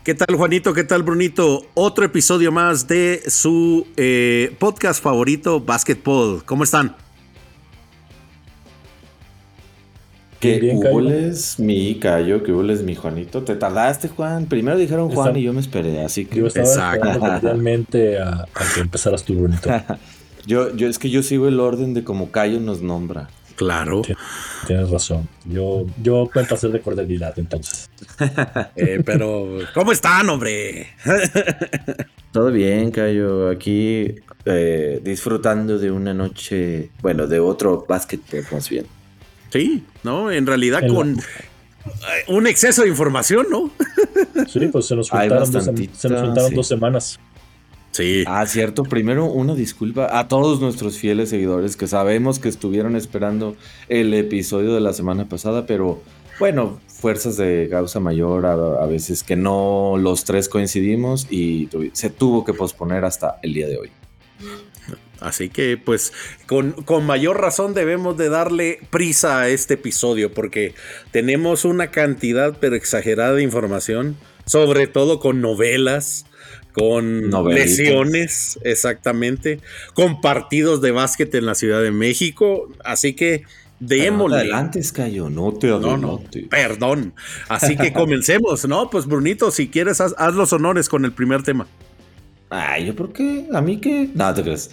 ¿Qué tal, Juanito? ¿Qué tal, Brunito? Otro episodio más de su podcast favorito, Basketball. ¿Cómo están? ¿Qué Bien, Cayo. huboles, mi Cayo? ¿Qué huboles, mi Juanito? Te tardaste, Juan. Primero dijeron Juan Está- y yo me esperé, así yo que... estaba Exacto. esperando cordialmente a que empezaras tú, Brunito. Es que yo sigo el orden de como Cayo nos nombra. Claro. Ti- Tienes razón. Yo cuento hacer de cordialidad, entonces. Pero, ¿cómo están, hombre? Todo bien, Cayo. Aquí disfrutando de una noche, bueno, de otro básquetbol más bien. Sí, ¿no? En realidad En la- con un exceso de información, ¿no? sí, pues se nos Hay juntaron se nos bastantita, juntaron sí. 2 semanas. Sí. Cierto. Primero, una disculpa a todos nuestros fieles seguidores que sabemos que estuvieron esperando el episodio de la semana pasada, pero bueno, fuerzas de causa mayor, a veces que no los tres coincidimos y se tuvo que posponer hasta el día de hoy. Así que, pues, con mayor razón debemos de darle prisa a este episodio porque tenemos una cantidad pero exagerada de información, sobre todo con novelas, con Novelitas. lesiones, exactamente, con partidos de básquet en la Ciudad de México. Así que, Pero no te démosle. adelantes, Cayo, no te No, adelantes. perdón. Así que comencemos, ¿no? Pues, Brunito, si quieres, haz los honores con el primer tema. Ay, ¿yo por qué? ¿A mí qué? No, te crees.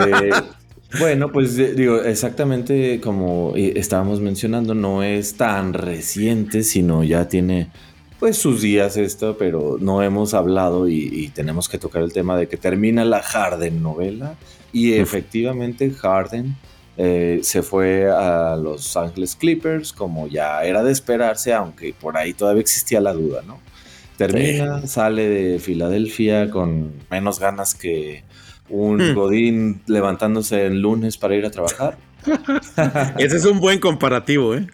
Bueno, pues digo, exactamente como estábamos mencionando, no es tan reciente, sino ya tiene pues sus días esto, pero no hemos hablado y tenemos que tocar el tema de que termina la Harden novela y efectivamente Harden se fue a Los Ángeles Clippers como ya era de esperarse, aunque por ahí todavía existía la duda, ¿no? Termina, sale de Filadelfia con menos ganas que un godín levantándose el lunes para ir a trabajar. Ese es un buen comparativo, ¿eh?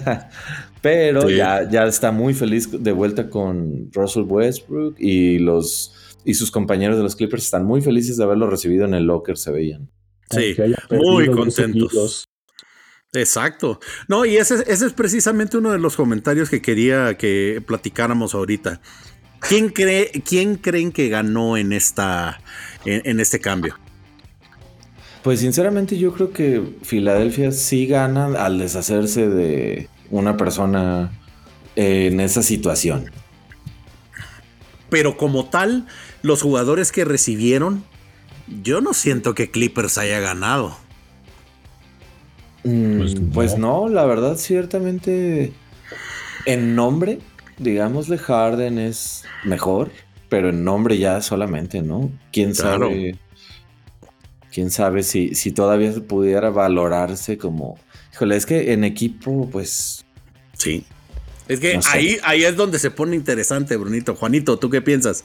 Pero Sí. ya está muy feliz de vuelta con Russell Westbrook y sus compañeros de los Clippers están muy felices de haberlo recibido en el locker, se veían. Sí, Aunque haya muy perdido 12 contentos. kilos. Exacto. No, y ese es precisamente uno de los comentarios que quería que platicáramos ahorita. ¿Quién creen que ganó en este cambio? Pues sinceramente yo creo que Filadelfia sí gana al deshacerse de una persona en esa situación. Pero como tal, los jugadores que recibieron, yo no siento que Clippers haya ganado. Pues no, la verdad, ciertamente en nombre, digámosle, Harden es mejor, pero en nombre ya solamente, ¿no? ¿Quién Claro. sabe? ¿Quién sabe si todavía se pudiera valorarse como... Híjole, es que en equipo, pues... Sí. Es que No sé. ahí es donde se pone interesante, Brunito. Juanito, ¿tú qué piensas?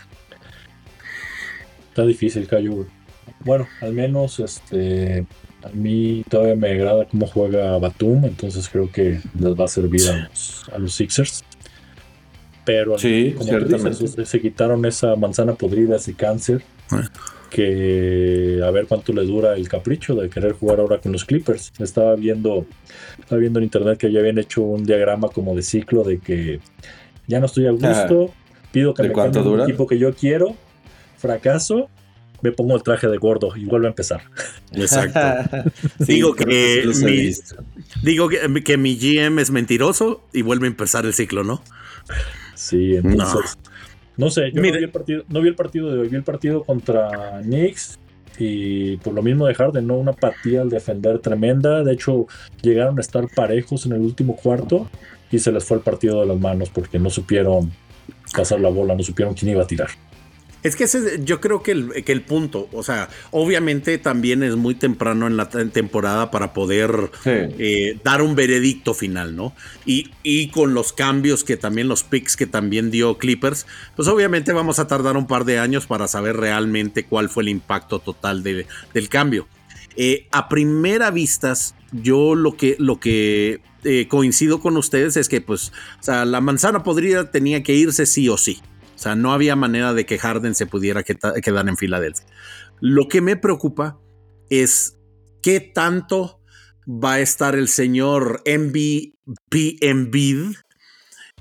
Está difícil, Cayo. Bueno, al menos a mí todavía me agrada cómo juega Batum, entonces creo que les va a servir a los Sixers. Pero Sí, como tú ciertamente. dices, se quitaron esa manzana podrida, ese cáncer, que a ver cuánto le dura el capricho de querer jugar ahora con los Clippers. Estaba viendo en internet que ya habían hecho un diagrama como de ciclo de que ya no estoy a gusto, pido que ¿De me cuánto cambien un dura? equipo que yo quiero, fracaso, me pongo el traje de gordo y vuelvo a empezar. Exacto. Sí, Digo creo que sí los he visto. que mi GM es mentiroso y vuelve a empezar el ciclo, ¿no? Sí, entonces, no sé, yo Mire. no vi el partido de hoy, vi el partido contra Knicks y por lo mismo de Harden, ¿no? Una apatía al defender tremenda. De hecho, llegaron a estar parejos en el último cuarto y se les fue el partido de las manos porque no supieron pasar la bola, no supieron quién iba a tirar. Es que yo creo que el punto, o sea, obviamente también es muy temprano en la temporada para poder dar un veredicto final, ¿no? Y con los cambios que también, los picks que también dio Clippers, pues obviamente vamos a tardar un par de años para saber realmente cuál fue el impacto total del cambio. A primera vista, yo lo que coincido con ustedes es que, pues, o sea, la manzana podrida tenía que irse sí o sí. O sea, no había manera de que Harden se pudiera quedar en Filadelfia. Lo que me preocupa es qué tanto va a estar el señor Embiid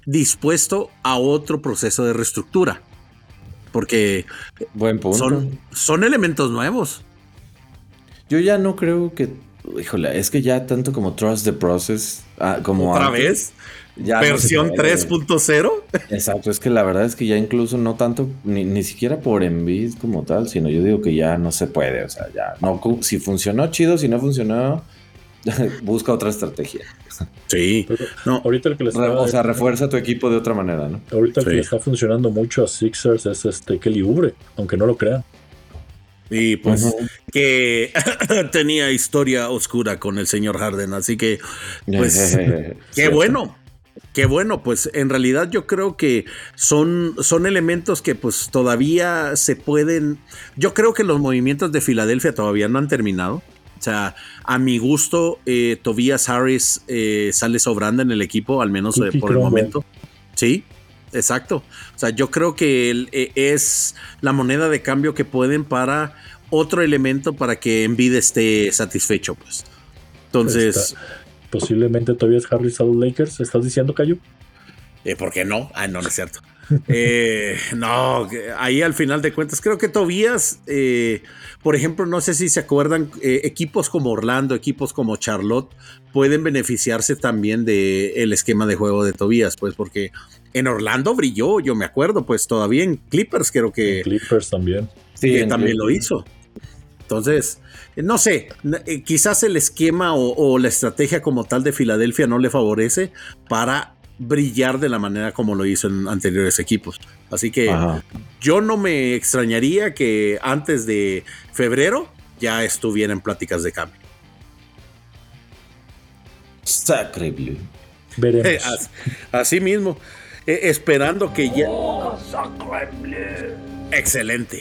dispuesto a otro proceso de reestructura. Porque buen punto. Son elementos nuevos. Yo ya no creo que, híjole, es que ya tanto como Trust the Process, como ¿Otra antes, vez? ya ¿Versión no 3.0? Exacto, es que la verdad es que ya incluso no tanto, ni siquiera por Embiid como tal, sino yo digo que ya no se puede, o sea, ya no, si funcionó chido, si no funcionó, busca otra estrategia. Sí. No, ahorita el que refuerza tu equipo de otra manera, ¿no? Ahorita el que le está funcionando mucho a Sixers es Kelly Oubre, aunque no lo crean. Y pues que tenía historia oscura con el señor Harden, así que pues qué bueno, pues en realidad yo creo que son elementos que pues todavía se pueden, yo creo que los movimientos de Filadelfia todavía no han terminado. O sea, a mi gusto, Tobias Harris sale sobrando en el equipo, al menos por el momento. Sí, exacto. O sea, yo creo que es la moneda de cambio que pueden para otro elemento para que Embiid esté satisfecho, pues. Entonces... posiblemente Tobias Harris a los Lakers, ¿estás diciendo, Cayo? ¿Por qué no? No es cierto. No, ahí al final de cuentas creo que Tobias, por ejemplo, no sé si se acuerdan, equipos como Orlando, equipos como Charlotte pueden beneficiarse también del esquema de juego de Tobias, pues porque en Orlando brilló, yo me acuerdo, pues todavía en Clippers creo que... En Clippers también. Sí, también lo hizo. Entonces, no sé, quizás el esquema o la estrategia como tal de Filadelfia no le favorece para brillar de la manera como lo hizo en anteriores equipos. Así que yo no me extrañaría que antes de febrero ya estuviera en pláticas de cambio. Sacreble. Veremos. Así mismo, esperando que ya... Excelente.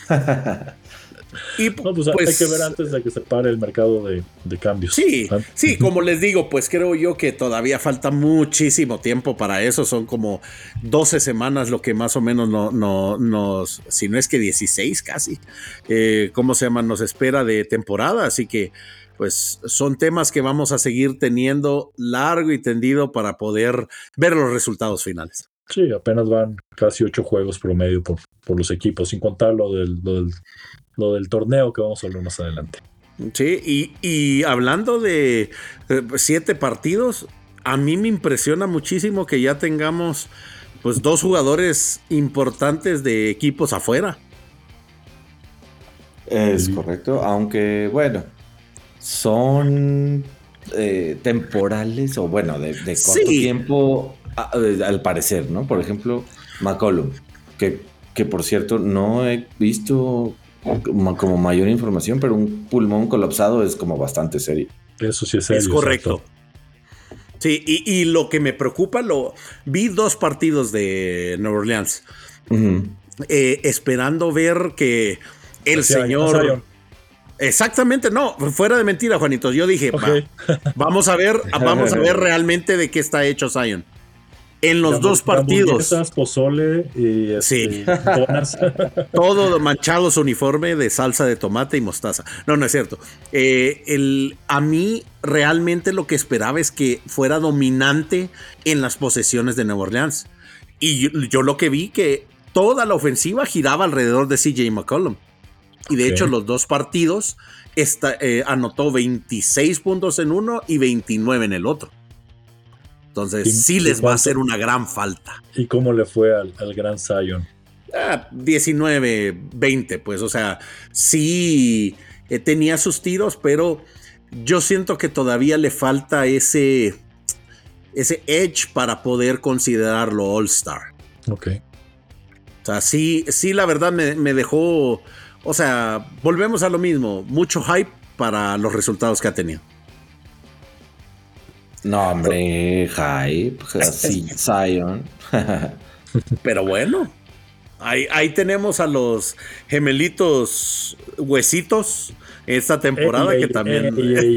Y no, pues hay que ver antes de que se pare el mercado de cambios. Sí, como les digo, pues creo yo que todavía falta muchísimo tiempo para eso. Son como 12 semanas lo que más o menos nos, si no es que 16 casi, nos espera de temporada. Así que pues son temas que vamos a seguir teniendo largo y tendido para poder ver los resultados finales. Sí, apenas van casi 8 juegos promedio por los equipos, sin contar lo del torneo que vamos a hablar más adelante. Sí, y hablando de 7 partidos, a mí me impresiona muchísimo que ya tengamos pues 2 jugadores importantes de equipos afuera. Es correcto, aunque bueno, son temporales o bueno, de corto tiempo al parecer, ¿no? Por ejemplo, McCollum, que por cierto no he visto como mayor información, pero un pulmón colapsado es como bastante serio. Eso sí es serio. Es correcto. Exacto. Sí, y lo que me preocupa, vi 2 partidos de Nueva Orleans, esperando ver que el señor... Exactamente, no, fuera de mentira, Juanito. Yo dije, vamos a ver realmente de qué está hecho Zion. En los 2 partidos. Pozole y sí. Todo manchado su uniforme de salsa de tomate y mostaza. No es cierto. A mí realmente lo que esperaba es que fuera dominante en las posesiones de Nueva Orleans. Y yo lo que vi que toda la ofensiva giraba alrededor de CJ McCollum. Y de hecho los 2 partidos anotó 26 puntos en uno y 29 en el otro. Entonces sí les va a hacer una gran falta. ¿Y cómo le fue al gran Zion? 19-20, pues, o sea, sí tenía sus tiros, pero yo siento que todavía le falta ese edge para poder considerarlo All-Star. Ok. O sea, sí, la verdad me dejó, o sea, volvemos a lo mismo, mucho hype para los resultados que ha tenido. No, hombre, hype, sí, Zion. Pero bueno, ahí tenemos a los gemelitos huesitos esta temporada que también...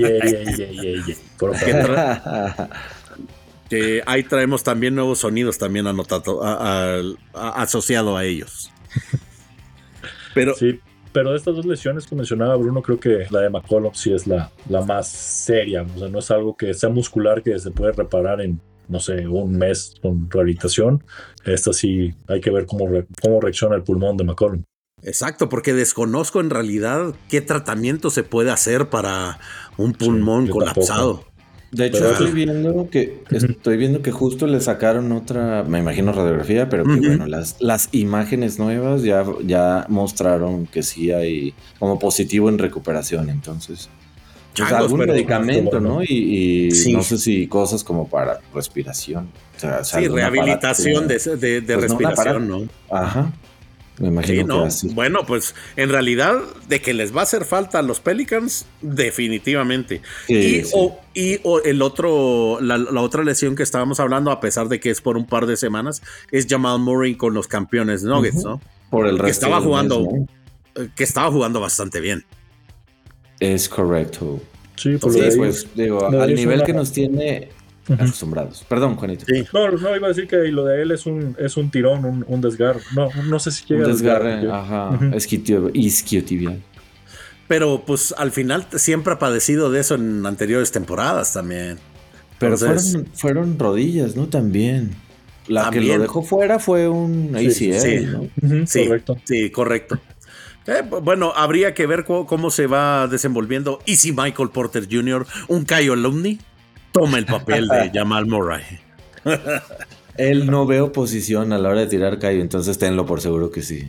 que ahí traemos también nuevos sonidos también asociado a ellos. Pero... Sí. Pero de estas 2 lesiones que mencionaba Bruno, creo que la de McCollum sí es la más seria. O sea, no es algo que sea muscular que se puede reparar en no sé, un mes con rehabilitación. Esta sí hay que ver cómo reacciona el pulmón de McCollum. Exacto, porque desconozco en realidad qué tratamiento se puede hacer para un pulmón colapsado. Tampoco. De hecho, estoy viendo que justo le sacaron otra, me imagino radiografía, pero que bueno, las imágenes nuevas ya mostraron que sí hay como positivo en recuperación, entonces. Pues algún medicamento, ¿no? Y sí. No sé si cosas como para respiración. O sea, sí, rehabilitación aparato, de pues respiración, ¿no? Ajá. Me imagino que así. Bueno, pues en realidad de que les va a hacer falta a los Pelicans, definitivamente. Sí, y el otro, la otra lesión que estábamos hablando, a pesar de que es por un par de semanas, es Jamal Murray con los campeones Nuggets, ¿no? Por el resto que estaba jugando, mes, ¿no? Que estaba jugando bastante bien. Es correcto. Sí, pues digo, al nivel que nos tiene acostumbrados. Perdón, Juanito. Sí. No, iba a decir que lo de él es un tirón, un desgarre. No sé si llega un desgarre, ajá, isquiotibial. Pero pues al final siempre ha padecido de eso en anteriores temporadas también. Pero fueron rodillas, ¿no? También. Que lo dejó fuera fue un ACL, ¿no? Sí, correcto. Sí, correcto. Bueno, habría que ver cómo se va desenvolviendo. Y si Michael Porter Jr., un Kyle Alumni, toma el papel de Jamal Murray. Él no ve oposición a la hora de tirar Cayo, entonces tenlo por seguro que sí.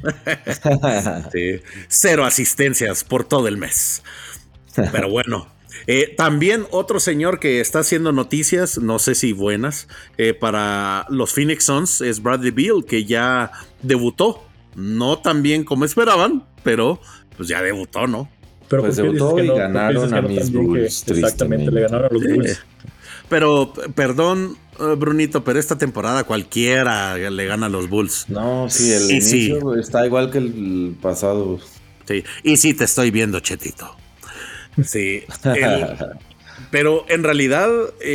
Sí. 0 asistencias por todo el mes. Pero bueno. También otro señor que está haciendo noticias, no sé si buenas, para los Phoenix Suns es Bradley Beal, que ya debutó. No tan bien como esperaban, pero pues ya debutó, ¿no? Pero pues debutó y ganaron a mis Bulls. Exactamente, le ganaron a los Bulls. Pero, perdón, Brunito, pero esta temporada cualquiera le gana a los Bulls. No, sí, el inicio está igual que el pasado. Sí, y sí te estoy viendo, Chetito. Sí. Pero en realidad,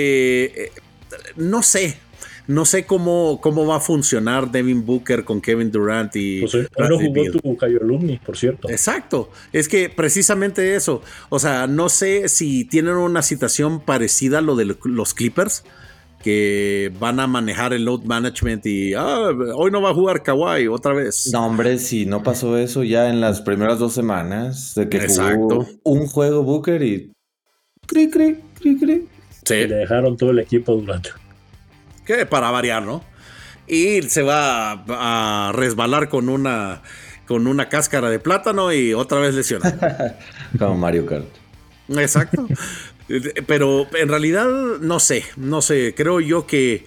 no sé cómo va a funcionar Devin Booker con Kevin Durant y... Pues hoy no jugó tu Cayo Alumni, por cierto. Exacto. Es que precisamente eso. O sea, no sé si tienen una situación parecida a lo de los Clippers, que van a manejar el load management y hoy no va a jugar Kawhi otra vez. No, hombre, si no pasó eso ya en las primeras 2 semanas de que jugó un juego Booker y... Cri. Sí. Y le dejaron todo el equipo durante... Que para variar, ¿no? Y se va a resbalar con una cáscara de plátano y otra vez lesionado. Como Mario Kart. Exacto. Pero en realidad no sé. Creo yo que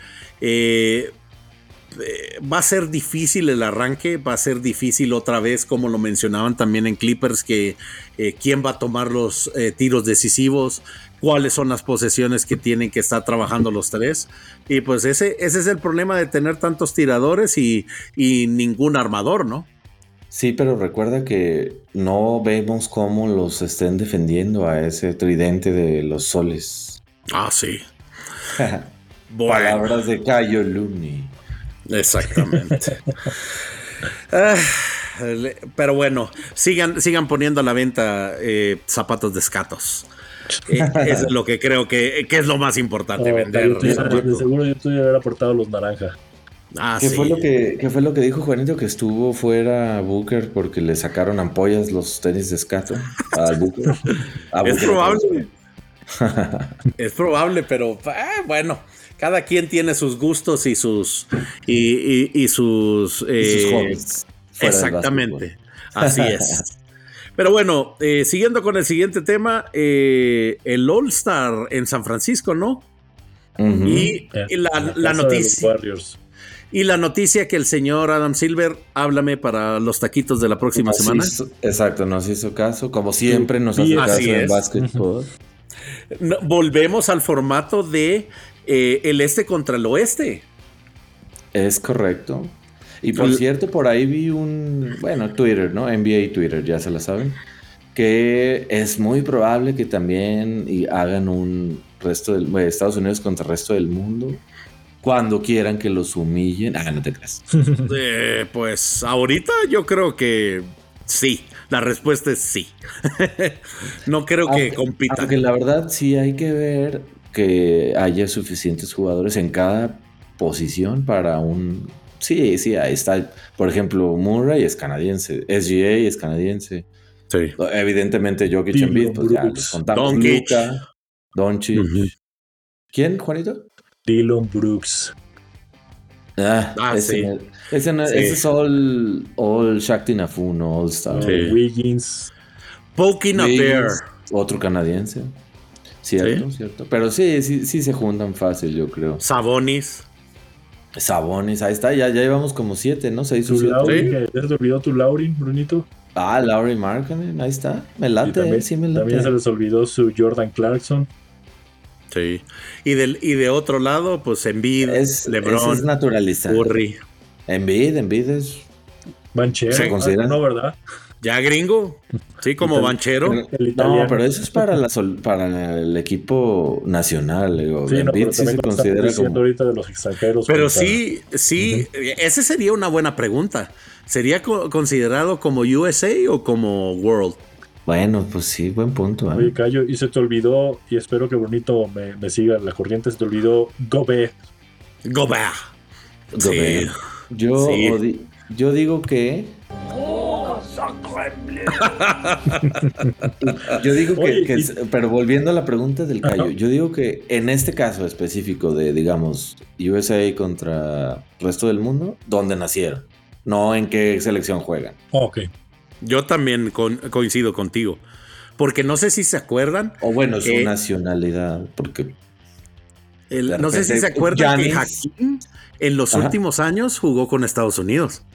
va a ser difícil el arranque, va a ser difícil otra vez, como lo mencionaban también en Clippers, que quién va a tomar los tiros decisivos, cuáles son las posesiones que tienen que estar trabajando los tres. Y pues ese es el problema de tener tantos tiradores y ningún armador, ¿no? Sí, pero recuerda que no vemos cómo los estén defendiendo a ese tridente de los soles. Ah, sí. Bueno. Palabras de Cayo Alumni. Exactamente. Pero bueno, sigan poniendo a la venta zapatos de escatos. Es lo que creo que es lo más importante, vender. De seguro yo tuve que haber aportado los naranjas. ¿Qué fue lo que dijo Juanito? Que estuvo fuera Booker porque le sacaron ampollas los tenis de escato al Booker. Es probable. Es probable, pero bueno, cada quien tiene sus gustos y sus hobbies. Exactamente. Así es. Pero bueno, siguiendo con el siguiente tema, el All-Star en San Francisco, ¿no? Uh-huh. Y la noticia. Y la noticia que el señor Adam Silver, háblame para los taquitos de la próxima semana. Exacto, nos hizo caso. Como siempre nos hace caso en básquetbol. Volvemos al formato de el este contra el oeste. Es correcto. Y por cierto, por ahí vi Twitter, ¿no? NBA Twitter, ya se la saben. Que es muy probable que también hagan un resto de Estados Unidos contra el resto del mundo. Cuando quieran que los humillen. No te creas. Pues ahorita yo creo que sí. La respuesta es sí. No creo que compitan. Aunque la verdad sí hay que ver que haya suficientes jugadores en cada posición para un... Sí, ahí está. Por ejemplo, Murray es canadiense, SGA es canadiense. Sí. Evidentemente Jokic y Embiid, pues ya les contamos. Doncic. Luka, Doncic. Ujú. ¿Quién, Juanito? Dillon Brooks. Ese es all Shakti Nafu, no All Star. Sí. Wiggins. Poking a bear. Otro canadiense. Cierto. Pero sí se juntan fácil, yo creo. Sabonis, ahí está, ya llevamos como 7, ¿no? 6 o 7. ¿Ya se olvidó tu Lauri, Brunito? Lauri Markkanen, ahí está. Me late, también, sí me late. También se les olvidó su Jordan Clarkson. Sí. Y de otro lado, pues Embiid, LeBron, es naturalista. Curry. Embiid es... Banchero. ¿Se considera? No, ¿verdad? Ya gringo. Sí, como banchero. No, pero eso es para el equipo nacional. Digo. Sí, Embiid sí se considera como... ahorita de los extranjeros. Pero sí, esa sería una buena pregunta. ¿Sería considerado como USA o como World? Bueno, pues sí, buen punto. Oye, Cayo, y se te olvidó, y espero que Brunito me siga la corriente, se te olvidó Gobert. Sí. Yo digo que... Yo digo pero volviendo a la pregunta del Cayo, yo digo que en este caso específico de, digamos, USA contra el resto del mundo, ¿dónde nacieron? No en qué selección juegan. Ok. Yo también coincido contigo. Porque no sé si se acuerdan. O bueno, su nacionalidad, porque... no sé si se acuerdan que Hakeem en los últimos años jugó con Estados Unidos.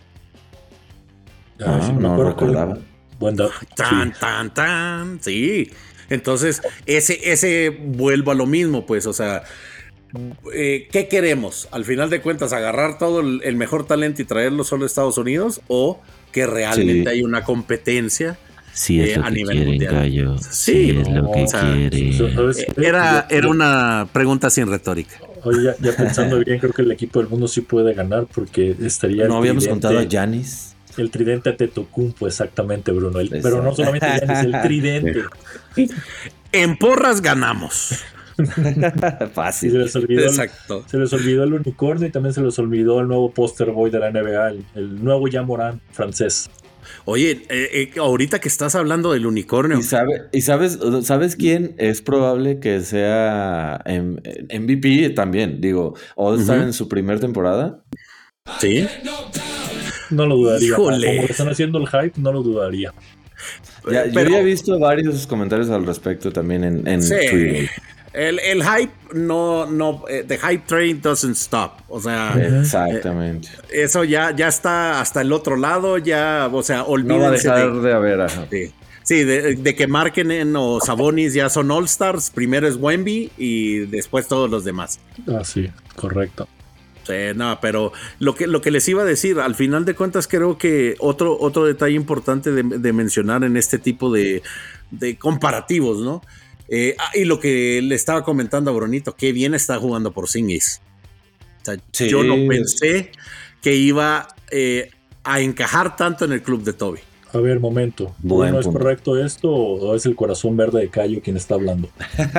No recordaba. Buen dato. Tan. Sí. Entonces, ese vuelvo a lo mismo, pues, o sea, ¿qué queremos? Al final de cuentas, agarrar todo el mejor talento y traerlo solo a Estados Unidos, o que realmente hay una competencia a nivel mundial. Gallo. Sí, es lo que quiere. Era una pregunta sin retórica. Oye, ya pensando bien, creo que el equipo del mundo sí puede ganar porque estaría... No habíamos contado a Giannis. El tridente Antetokounmpo, exactamente, Bruno. Pero no solamente Giannis, el tridente. En porras ganamos. Fácil. Exacto. Se les olvidó el unicornio y también se les olvidó el nuevo poster boy de la NBA, el nuevo Ja Morant francés. Oye, ahorita que estás hablando del unicornio. ¿Y sabes quién es probable que sea MVP también? Digo, All-Star en su primera temporada. Sí. No lo dudaría. Híjole. Como están haciendo el hype, no lo dudaría. Yo ya he visto varios comentarios al respecto también en Twitter. El hype the hype train doesn't stop. O sea, exactamente. Eso ya está hasta el otro lado, ya, o sea, olvídense. No va a dejar de haber. Ajá. Sí, de que Markkanen o Sabonis ya son All Stars, primero es Wemby y después todos los demás. Sí, correcto. No, pero lo que les iba a decir, al final de cuentas creo que otro detalle importante de mencionar en este tipo de comparativos, ¿no? Y lo que le estaba comentando a Bronito, qué bien está jugando Porzingis. O sea, yo no pensé que iba a encajar tanto en el club de Toby. A ver, momento. ¿No es correcto esto o es el corazón verde de Cayo quien está hablando?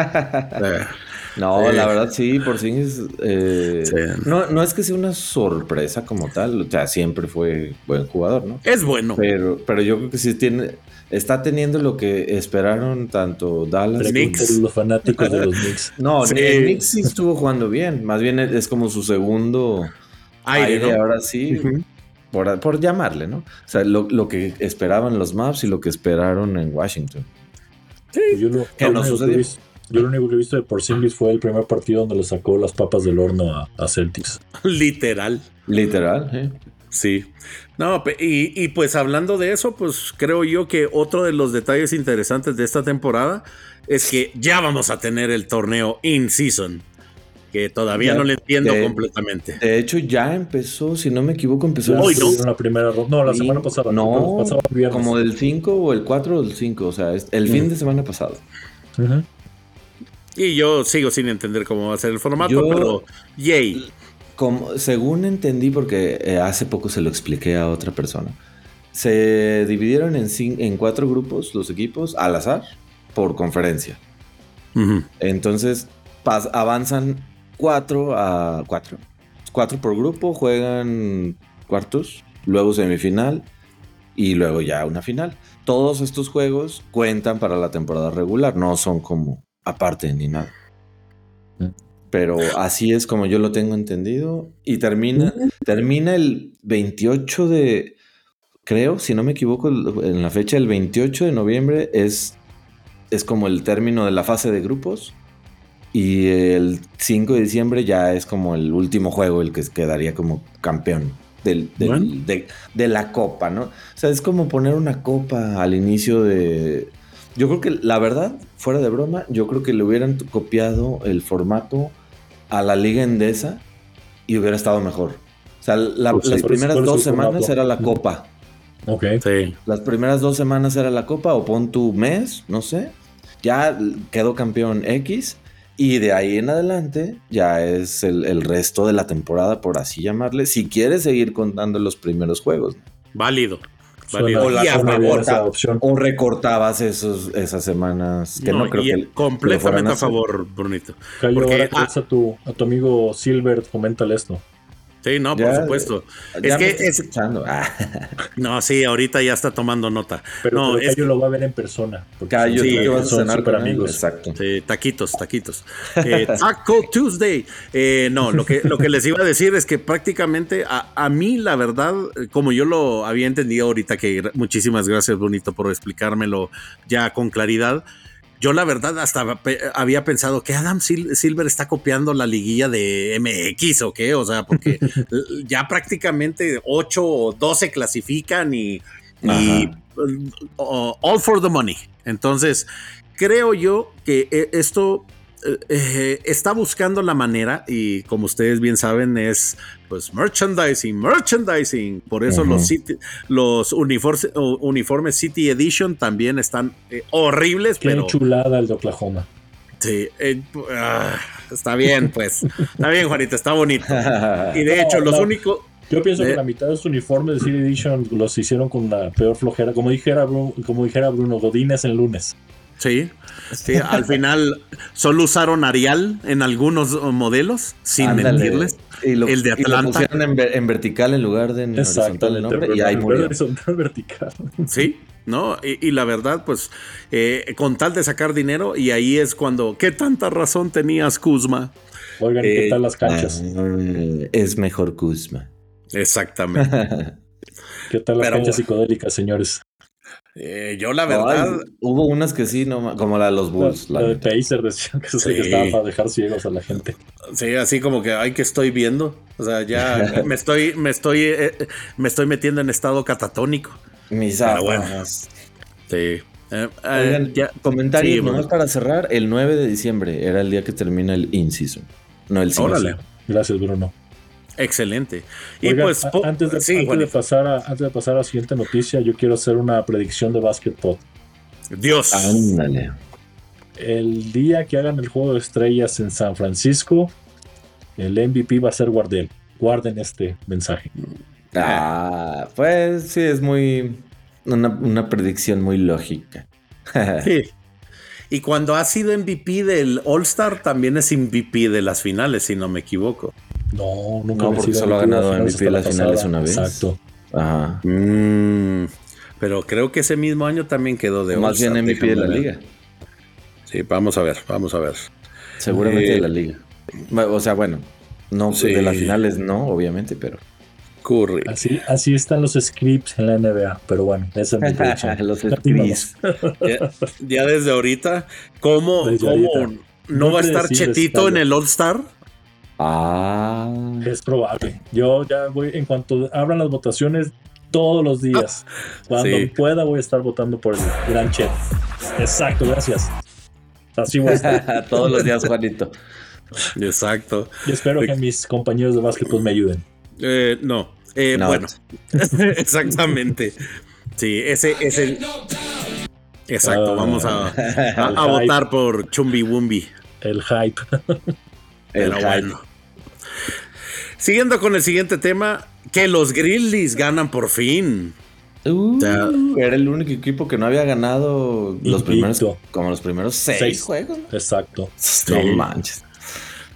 No, la verdad sí, Porzingis no es que sea una sorpresa como tal, o sea, siempre fue buen jugador, ¿no? Es bueno. Pero yo creo que sí está teniendo lo que esperaron tanto Dallas como los fanáticos de los Knicks. No, el Knicks sí estuvo jugando bien, más bien es como su segundo aire, ¿no? Ahora sí. Uh-huh. Por llamarle, ¿no? O sea, lo que esperaban los Mavs y lo que esperaron en Washington. Sí, yo lo único que he visto de Porzingis fue el primer partido donde le sacó las papas del horno a Celtics. Literal, Sí. No, y pues hablando de eso, pues creo yo que otro de los detalles interesantes de esta temporada es que ya vamos a tener el torneo in-season, que todavía no le entiendo completamente. De hecho, ya empezó, si no me equivoco, hoy no. La primera ronda. No, la semana pasada. No, como del 5 o el 4 o el 5, o sea, el fin de semana pasado. Uh-huh. Y yo sigo sin entender cómo va a ser el formato, pero yay. Según entendí, porque hace poco se lo expliqué a otra persona, se dividieron en 4 grupos los equipos al azar por conferencia. Uh-huh. Entonces, avanzan 4 por grupo, juegan cuartos, luego semifinal y luego ya una final. Todos estos juegos cuentan para la temporada regular, no son como aparte ni nada. Pero así es como yo lo tengo entendido. Y termina el 28 de... Creo, si no me equivoco, en la fecha, el 28 de noviembre es como el término de la fase de grupos. Y el 5 de diciembre ya es como el último juego, el que quedaría como campeón de la copa, ¿no? O sea, es como poner una copa al inicio de... Yo creo que, la verdad, fuera de broma, yo creo que le hubieran copiado el formato a la Liga Endesa y hubiera estado mejor. O sea, las primeras 2 semanas era la copa. Ok. Sí. Las primeras 2 semanas era la copa, o pon tu mes, no sé. Ya quedó campeón X. Y de ahí en adelante ya es el resto de la temporada, por así llamarle, si quieres seguir contando los primeros juegos. Válido. O recortabas esas semanas que no creo que completamente a favor, Brunito. Cayo, ahora a tu amigo Silbert, coméntale esto. Sí, no, por supuesto. Es que escuchando. No, sí, ahorita ya está tomando nota. Pero Cayo lo va a ver en persona. Cayo, sí, tú vas a cenar con amigos. Exacto. Sí, taquitos. Taco Tuesday. No, lo que les iba a decir es que prácticamente a mí, la verdad, como yo lo había entendido ahorita, que muchísimas gracias, Brunito, por explicármelo ya con claridad. Yo la verdad hasta había pensado que Adam Silver está copiando la liguilla de MX o qué, o sea, porque ya prácticamente 8 o 12 clasifican y all for the money. Entonces, creo yo que esto está buscando la manera, y como ustedes bien saben, es pues merchandising. Por eso los uniformes City Edition también están horribles. Qué chulada el de Oklahoma. Sí, está bien, pues. Está bien, Juanita, está bonito. Y de hecho, los únicos... Yo pienso que la mitad de los uniformes de City Edition los hicieron con la peor flojera. Como dijera Bruno, Godínez en lunes. Sí, al final solo usaron Arial en algunos modelos, sin mentirles. El de Atlanta. Y lo pusieron en vertical en lugar de en horizontal el nombre, y ahí murió. Horizontal, vertical. Sí, ¿no? Y la verdad, pues, con tal de sacar dinero, y ahí es cuando, ¿qué tanta razón tenías, Kuzma? Oigan, ¿qué tal las canchas? Es mejor Kuzma. Exactamente. ¿Qué tal las canchas psicodélicas, señores? Yo la verdad... hubo unas que sí, no, como la de los Bulls. La de Pacer decían que estaba para dejar ciegos a la gente. Sí, así como que, ay, que estoy viendo. O sea, ya me estoy metiendo en estado catatónico. Mis aguas. Sí. Oigan, comentario nomás para cerrar. El 9 de diciembre era el día que termina el in-season. No el season. Órale. Gracias, Bruno. Excelente. Oigan, y pues antes de pasar a la siguiente noticia, yo quiero hacer una predicción de básquetbol. Dios. Ándale. El día que hagan el juego de estrellas en San Francisco, el MVP va a ser Wardell. Guarden este mensaje. Pues sí, es muy una predicción muy lógica. Sí. Y cuando ha sido MVP del All-Star, también es MVP de las finales, si no me equivoco. No, nunca. No, porque solo ha ganado MVP de las finales una vez. Exacto. Ajá. Pero creo que ese mismo año también quedó de All-Star. Más bien MVP de la liga. Sí, vamos a ver. Seguramente de la liga. O sea, bueno, no de las finales no, obviamente, pero... Curry. Así están los scripts en la NBA, pero bueno, esa es mi predicción. Los scripts. Ya desde ahorita, ¿cómo no va a estar Chetito en el All-Star? Es probable. Yo ya voy, en cuanto abran las votaciones, todos los días, cuando pueda, voy a estar votando por el gran Chet. Exacto, gracias. Así voy a estar. Todos los días, Juanito. Exacto. Y espero que mis compañeros de básquetbol me ayuden. No. Bueno, exactamente. Sí, ese es el... Exacto, vamos a votar por Chumbi Wumbi. El hype. Bueno. Siguiendo con el siguiente tema, que los Grizzlies ganan por fin. Era el único equipo que no había ganado los primeros 6 juegos, ¿no? Exacto. No manches.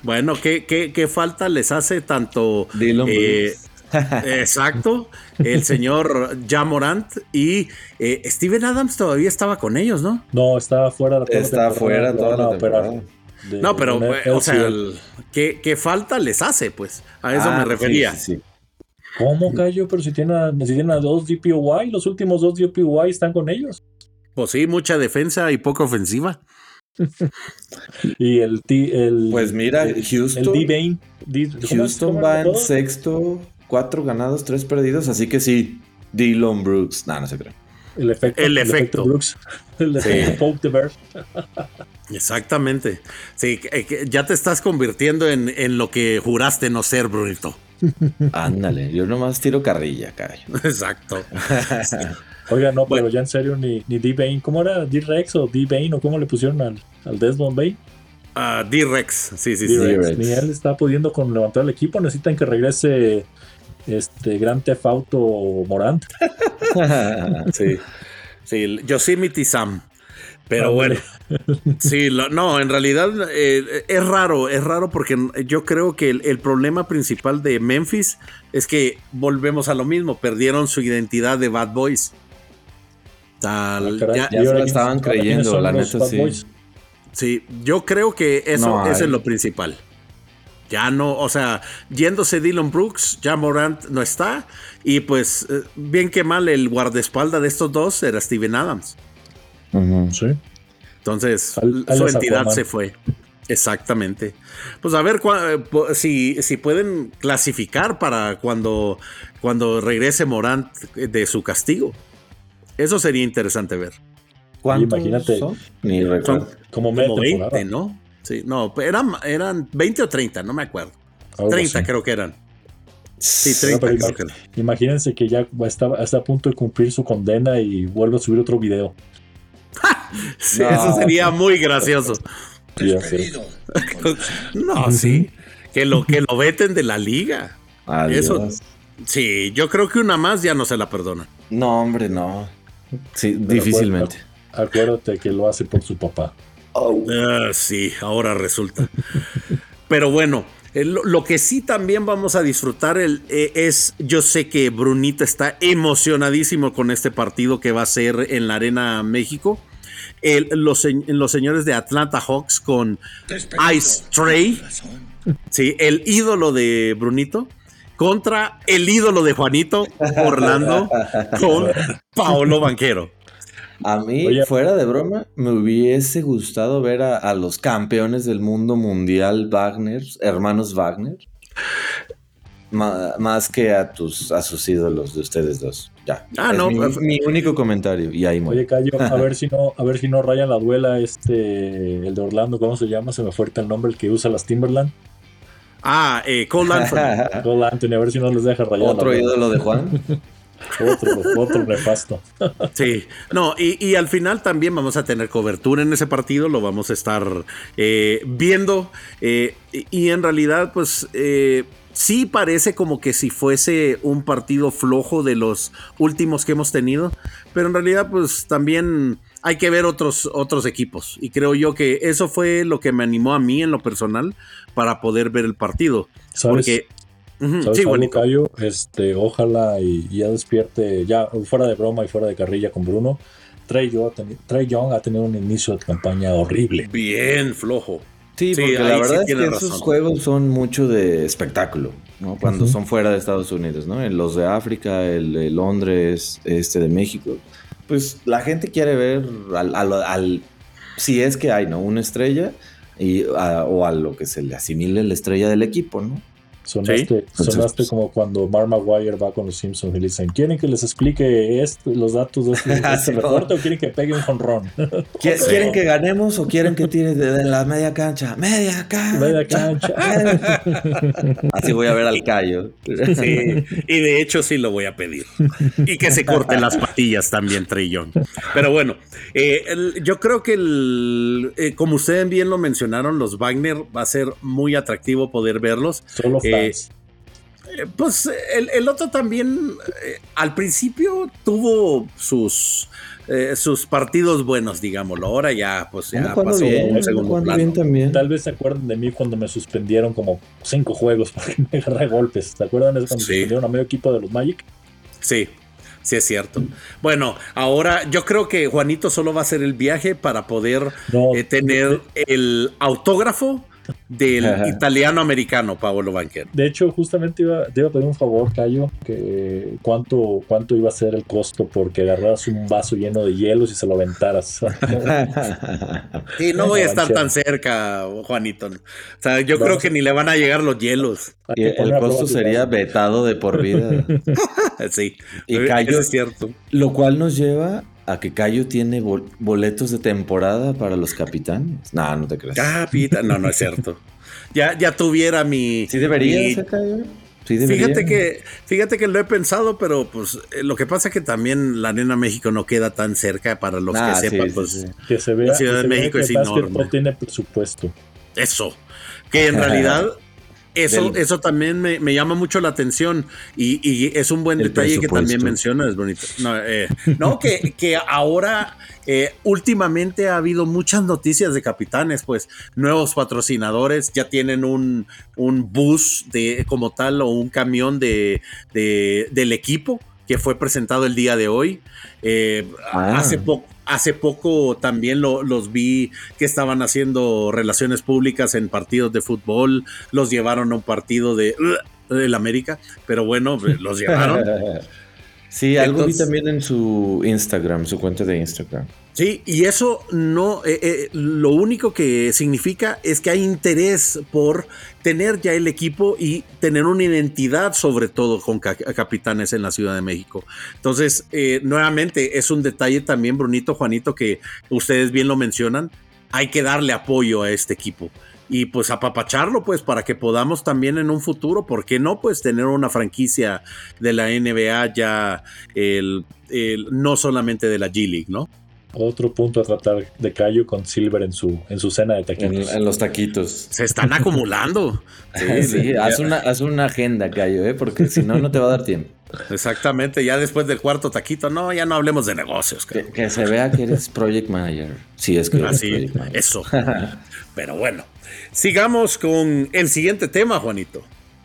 Bueno, ¿qué falta les hace tanto Dillon Brooks. Exacto, el señor Ja Morant y Steven Adams todavía estaba con ellos, ¿no? No, está fuera toda la temporada. No, pero, o sea, ¿qué falta les hace? Pues a eso me refería. Sí. ¿Cómo, Cayo? Pero si tienen a 2 DPOY, los últimos 2 DPOY están con ellos. Pues sí, mucha defensa y poca ofensiva. Y pues mira, Houston. Houston va en sexto, 4 ganados, 3 perdidos, así que sí, Dillon Brooks. No se cree. El efecto Brooks. El efecto Poke the Bear. Exactamente. Sí, ya te estás convirtiendo en lo que juraste no ser, Brunito. Ándale, yo nomás tiro carrilla, Cayo. Exacto. Sí. Oiga, no, pero ya en serio, ni D-Bane, ¿cómo era? ¿D-Rex o D-Bane o cómo le pusieron al Desmond Bane? D-Rex, sí. D-Rex. Ni él está pudiendo con levantar el equipo, necesitan que regrese Grand Theft Auto Morant. Sí, Yosemite Sam. Pero bueno, sí, no, en realidad es raro porque yo creo que el problema principal de Memphis es que volvemos a lo mismo, perdieron su identidad de Bad Boys. Ya se lo estaban creyendo, la neta sí. Sí, yo creo que eso es lo principal. Ya no, o sea, yéndose Dillon Brooks, ya Morant no está, y pues bien que mal el guardaespaldas de estos dos era Steven Adams. Sí. Entonces, su entidad se fue. Exactamente. Pues a ver si pueden clasificar para cuando regrese Morant de su castigo. Eso sería interesante ver. ¿Cuántos imagínate, son? Ni recuerdo. Como 20, ¿no? Sí, no, eran 20 o 30, no me acuerdo. Algo 30 así. Creo que eran. Sí, 30 creo que eran. Imagínense que ya está a punto de cumplir su condena y vuelve a subir otro video. Sí, eso sería muy gracioso. No, sí. Que lo veten de la liga. Adiós. Eso. Sí, yo creo que una más ya no se la perdona. No, hombre, no. Sí, pero difícilmente. Acuérdate que lo hace por su papá. Sí, ahora resulta. Pero bueno, lo que sí también vamos a disfrutar es, yo sé que Brunita está emocionadísimo con este partido que va a ser en la Arena México. Los señores de Atlanta Hawks con Ice Trae, sí, el ídolo de Brunito, contra el ídolo de Juanito, Orlando, con Paolo Banchero. A mí, fuera de broma, me hubiese gustado ver a los campeones del mundo mundial hermanos Wagner, más que a sus ídolos de ustedes dos. Ya. No. Mi único comentario. Y ahí Oye, Cayo, a ver si no rayan la duela el de Orlando, ¿cómo se llama? Se me fue el nombre, el que usa las Timberland. Cole Anthony. Cole Anthony, a ver si no les deja rayar. ¿Otro ídolo de Juan? Otro nefasto. Sí, no, y al final también vamos a tener cobertura en ese partido, lo vamos a estar viendo, y en realidad pues sí parece como que si fuese un partido flojo de los últimos que hemos tenido, pero en realidad pues también hay que ver otros equipos, y creo yo que eso fue lo que me animó a mí en lo personal para poder ver el partido. ¿Sabes? Porque ¿Sabes sí, algo, Cayo? Ojalá y ya despierte, ya fuera de broma y fuera de carrilla con Bruno. Trae Young ha tenido un inicio de campaña horrible. Bien flojo. Sí, porque la verdad es que esos juegos son mucho de espectáculo, ¿no? Cuando son fuera de Estados Unidos, ¿no? En los de África, el de Londres, de México, pues la gente quiere ver si es que hay, ¿no? Una estrella o a lo que se le asimile la estrella del equipo, ¿no? Sonaste como cuando Mark Maguire va con los Simpsons y le dicen, ¿quieren que les explique los datos de este reporte o quieren que pegue un jonrón? ¿Quieren que ganemos o quieren que tire de la media cancha? ¡Media cancha! Así voy a ver al Cayo. Sí, y de hecho sí lo voy a pedir. Y que se corten las patillas también, Trae Young. Pero bueno, yo creo que como ustedes bien lo mencionaron, los Wagner va a ser muy atractivo poder verlos. Solo pues el otro también al principio tuvo sus sus partidos buenos, digámoslo. Ahora ya, pues ya pasó bien, un segundo plano. Bien también. Tal vez se acuerdan de mí cuando me suspendieron como 5 juegos porque me agarré golpes. ¿Se acuerdan de eso cuando suspendieron a medio equipo de los Magic? Sí. Sí, es cierto. Bueno, ahora yo creo que Juanito solo va a hacer el viaje para poder tener el autógrafo del italiano-americano Paolo Banchero. De hecho, justamente te iba a pedir un favor, Cayo, que cuánto iba a ser el costo porque agarraras un vaso lleno de hielos y se lo aventaras. Sí, no voy a estar tan cerca, Juanito. O sea, yo creo que ni le van a llegar los hielos. Y el costo sería vetado de por vida. Sí, y Cayo, es cierto. Lo cual nos lleva a que Cayo tiene boletos de temporada para los capitanes. No te creas. Capitán, no es cierto. Ya tuviera mi... Sí debería ser Cayo. Sí fíjate que lo he pensado, pero pues lo que pasa es que también la Arena México no queda tan cerca para los que sepan, pues que se vea, la Ciudad de México es enorme. No tiene presupuesto. Eso, que en realidad eso también me llama mucho la atención y es un buen detalle que también mencionas, bonito. Que ahora últimamente ha habido muchas noticias de capitanes, pues nuevos patrocinadores ya tienen un bus como tal o un camión del equipo que fue presentado el día de hoy. Hace poco también los vi que estaban haciendo relaciones públicas en partidos de fútbol, los llevaron a un partido del América, pero bueno, los llevaron. Sí, algo vi también en su Instagram, su cuenta de Instagram. Sí, y eso no, lo único que significa es que hay interés por tener ya el equipo y tener una identidad, sobre todo con capitanes en la Ciudad de México. Entonces, nuevamente, es un detalle también, Brunito, Juanito, que ustedes bien lo mencionan, hay que darle apoyo a este equipo. Y pues apapacharlo, pues, para que podamos también en un futuro, ¿por qué no? Pues tener una franquicia de la NBA ya, no solamente de la G-League, ¿no? Otro punto a tratar de Cayo con Silver en su cena de taquitos. En los taquitos. Se están acumulando. Sí, haz una agenda, Cayo, porque si no te va a dar tiempo. Exactamente, ya después del cuarto taquito, ya no hablemos de negocios. Que se vea que eres project manager. Sí, es que eres project manager. Eso. Pero bueno, sigamos con el siguiente tema, Juanito.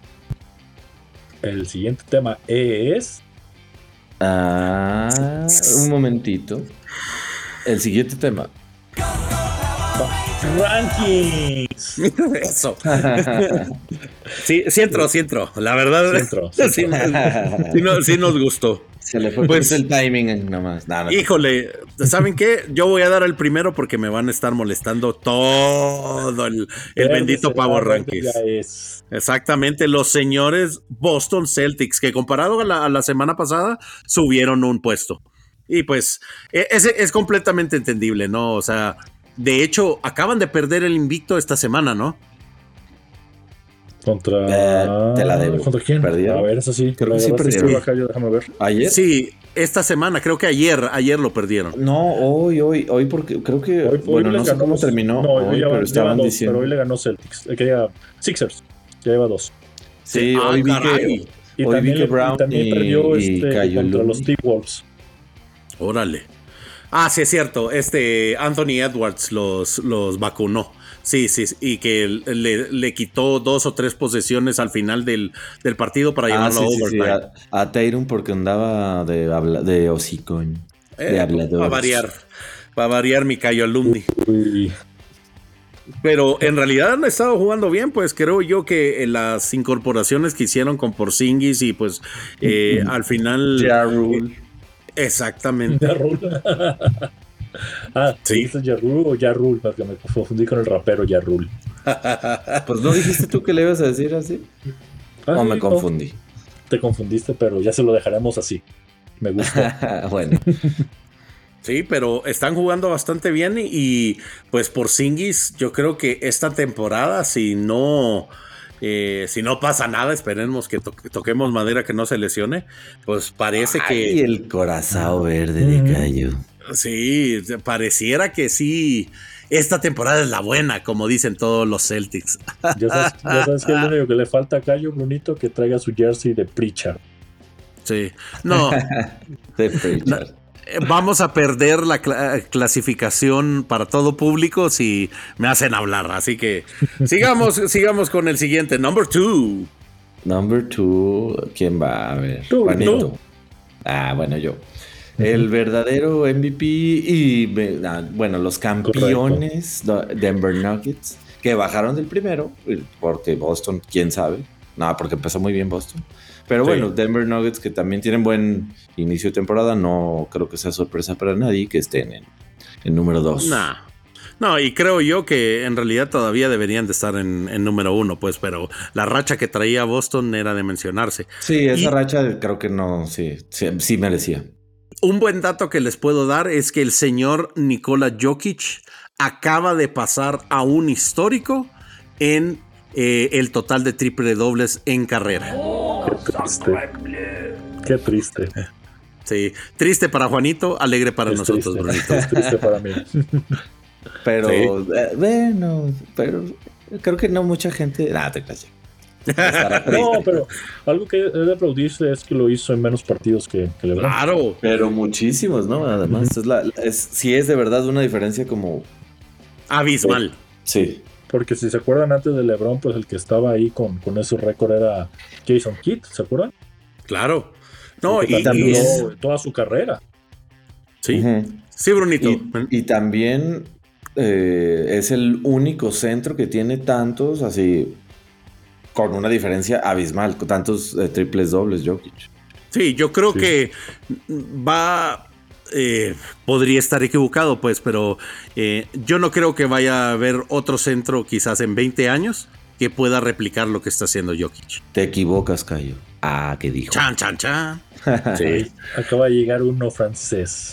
El siguiente tema es... un momentito. El siguiente tema. Rankings. Eso. Sí entro. La verdad, sí nos gustó. Se le fue pues el timing nomás. Híjole, ¿saben qué? Yo voy a dar el primero porque me van a estar molestando todo el bendito Power Rankings. Exactamente, los señores Boston Celtics, que comparado a la semana pasada, subieron un puesto. Y pues, es completamente entendible, ¿no? O sea, de hecho, acaban de perder el invicto esta semana, ¿no? Te la debo. ¿Contra quién? ¿Perdieron? A ver, eso sí. Creo que sí perdieron. Acá, déjame ver. ¿Ayer? Sí, esta semana. Creo que ayer lo perdieron. No, hoy, porque creo que... Hoy no sé cómo terminó. No, hoy pero estaban diciendo... Pero hoy le ganó Celtics. Que ya Sixers. Ya lleva 2. Sí, hoy vi que Brown también perdió contra los T-Wolves. Órale. Sí, es cierto. Anthony Edwards los vacunó. Sí, y que le quitó 2 o 3 posesiones al final del partido para llevarlo a overtime. Sí. A Tatum porque andaba de hocicón, de hablador. Para variar mi Cayo alumni. Pero en realidad han estado jugando bien, pues creo yo que las incorporaciones que hicieron con Porzingis y pues al final... Ja Rule. Exactamente. Ja Rule. ¿sí? ¿Dijiste Ja Rule o Ja Rule? Porque me confundí con el rapero Ja Rule. Pues no dijiste tú que le ibas a decir así. ¿O me confundí? Te confundiste, pero ya se lo dejaremos así. Me gusta. Bueno. Sí, pero están jugando bastante bien y pues Porzingis, yo creo que esta temporada, si no pasa nada, esperemos que toquemos madera que no se lesione, pues parece que... Y el corazón verde de Cayo. Sí, pareciera que sí, esta temporada es la buena, como dicen todos los Celtics. Ya sabes que es lo único que le falta a Cayo, Brunito, que traiga su jersey de Pritchard. Sí, no. De Pritchard. vamos a perder la clasificación para todo público si me hacen hablar. Así que sigamos con el siguiente. Number 2. Number 2. ¿Quién va? A ver. Juanito. Tú. Bueno, yo. El verdadero MVP y, bueno, los campeones Denver Nuggets, que bajaron del primero, porque Boston, quién sabe. No, porque empezó muy bien Boston. Pero bueno, Denver Nuggets, que también tienen buen inicio de temporada, no creo que sea sorpresa para nadie que estén en número 2. No, y creo yo que en realidad todavía deberían de estar en número 1, pues, pero la racha que traía Boston era de mencionarse. Sí, esa racha creo que no, sí merecía. Un buen dato que les puedo dar es que el señor Nikola Jokic acaba de pasar a un histórico en el total de triple dobles en carrera. Qué triste. Sí, triste para Juanito, alegre para nosotros, Brunito. Es triste para mí. Pero, bueno, pero creo que no mucha gente... te calles. No, pero algo que he de aplaudirse es que lo hizo en menos partidos que LeBron. Claro. Pero muchísimos, ¿no? Además, sí es de verdad una diferencia como... abismal. Sí. Porque si se acuerdan antes de LeBron, pues el que estaba ahí con ese récord era Jason Kidd, ¿se acuerdan? Claro. No, y también toda su carrera. Sí. Sí, Brunito. Y también es el único centro que tiene tantos así... con una diferencia abismal, con tantos triples dobles, Jokic. Sí, yo creo que podría estar equivocado, pues, pero yo no creo que vaya a haber otro centro quizás en 20 años que pueda replicar lo que está haciendo Jokic. Te equivocas, Cayo. ¿Qué dijo? Chan. Sí. Acaba de llegar uno francés.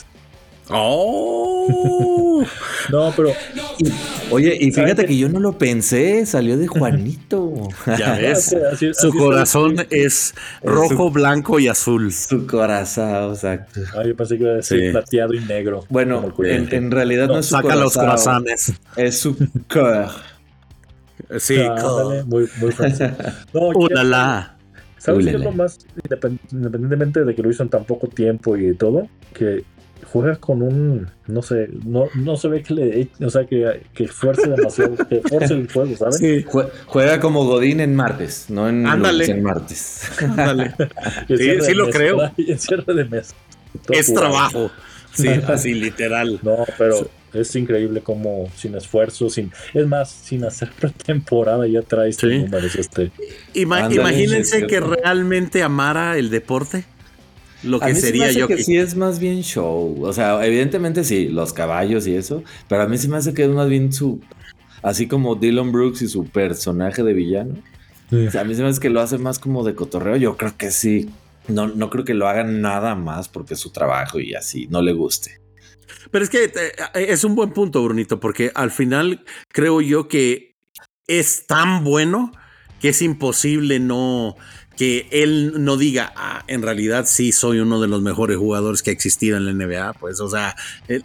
¡Oh! No, pero... Oye, y fíjate que yo no lo pensé, salió de Juanito. Ya ves, su corazón es rojo, blanco y azul. Su corazón, exacto. Yo pensé que iba a decir plateado y negro. Bueno, en realidad no es su saca corazón. Los corazones. Es su cœur. Sí, dale, muy francés. No, ¿sabes qué es lo más? Independientemente de que lo hizo en tan poco tiempo y todo, que juega con un, no sé, no se ve que fuerce demasiado, que force el juego, ¿sabes? Sí. Juega como Godín en martes, no en martes. Ándale. Sí lo creo. En cierre de mes. Es trabajo. Sí, así literal. No, pero es increíble como sin esfuerzo, sin hacer pretemporada ya traes tus números. Imagínense que realmente amara el deporte. Lo que sería yo que sí es más bien show. O sea, evidentemente sí, los caballos y eso, pero a mí se me hace que es más bien así como Dylan Brooks y su personaje de villano. Sí. O sea, a mí se me hace que lo hace más como de cotorreo. Yo creo que sí. No creo que lo hagan nada más porque es su trabajo y así, no le guste. Pero es que es un buen punto, Brunito, porque al final creo yo que es tan bueno que es imposible que él no diga, en realidad sí soy uno de los mejores jugadores que ha existido en la NBA, pues, o sea,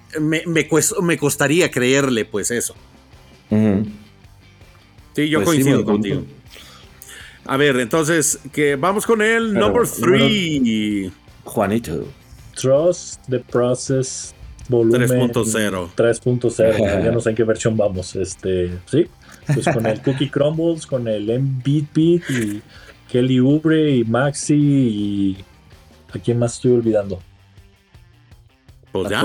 me costaría creerle, pues, eso. Uh-huh. Sí, yo coincido contigo. A ver, entonces, que vamos con el number 3. Juanito. Trust the Process volumen 3.0. 3.0, ya no sé en qué versión vamos. Sí, pues con el Cookie Crumbles, con el MVP y Kelly Oubre y Maxi y ¿a quién más estoy olvidando? Pues ya.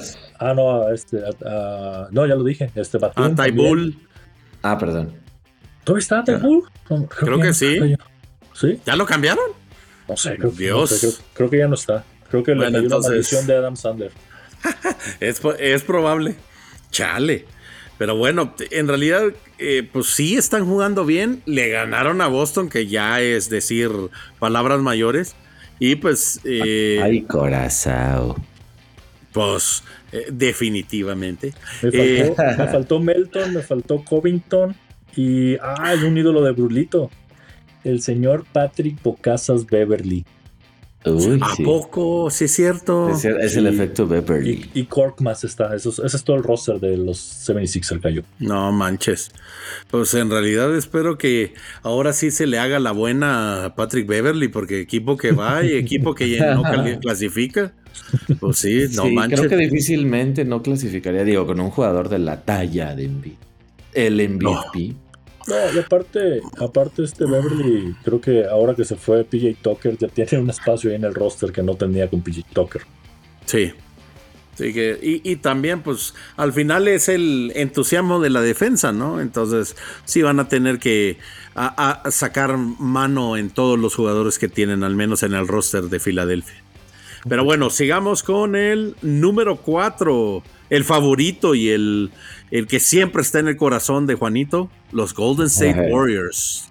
No, ya lo dije. Batum. Tybull. Perdón. ¿Todavía está Tybull? Creo que sí. ¿Sí? ¿Ya lo cambiaron? No sé. Dios. Creo que ya no está. Creo que le cayó una maldición de Adam Sandler. Es probable. Chale. Pero bueno, en realidad, pues sí están jugando bien. Le ganaron a Boston, que ya es decir palabras mayores. Y pues... ¡ay, corazón! Pues definitivamente. Me faltó Melton, me faltó Covington y un ídolo de Brulito. El señor Patrick Bocasas Beverly. Uy, ¿A poco? Sí, es cierto. Es el efecto Beverly. Y Cork más está. Ese es todo el roster de los 76 cayó. No manches. Pues en realidad espero que ahora sí se le haga la buena a Patrick Beverly, porque equipo que va y equipo que no clasifica. Pues sí, no Sí, manches. creo que difícilmente no clasificaría, digo, con un jugador de la talla de Embiid. El MVP. No, y aparte Beverly, creo que ahora que se fue PJ Tucker, ya tiene un espacio ahí en el roster que no tenía con PJ Tucker. Sí. Sí que, y también, pues, al final es el entusiasmo de la defensa, ¿no? Entonces, sí van a tener que a sacar mano en todos los jugadores que tienen, al menos en el roster de Filadelfia. Pero bueno, sigamos con el número 4, el favorito y el que siempre está en el corazón de Juanito, los Golden State Warriors.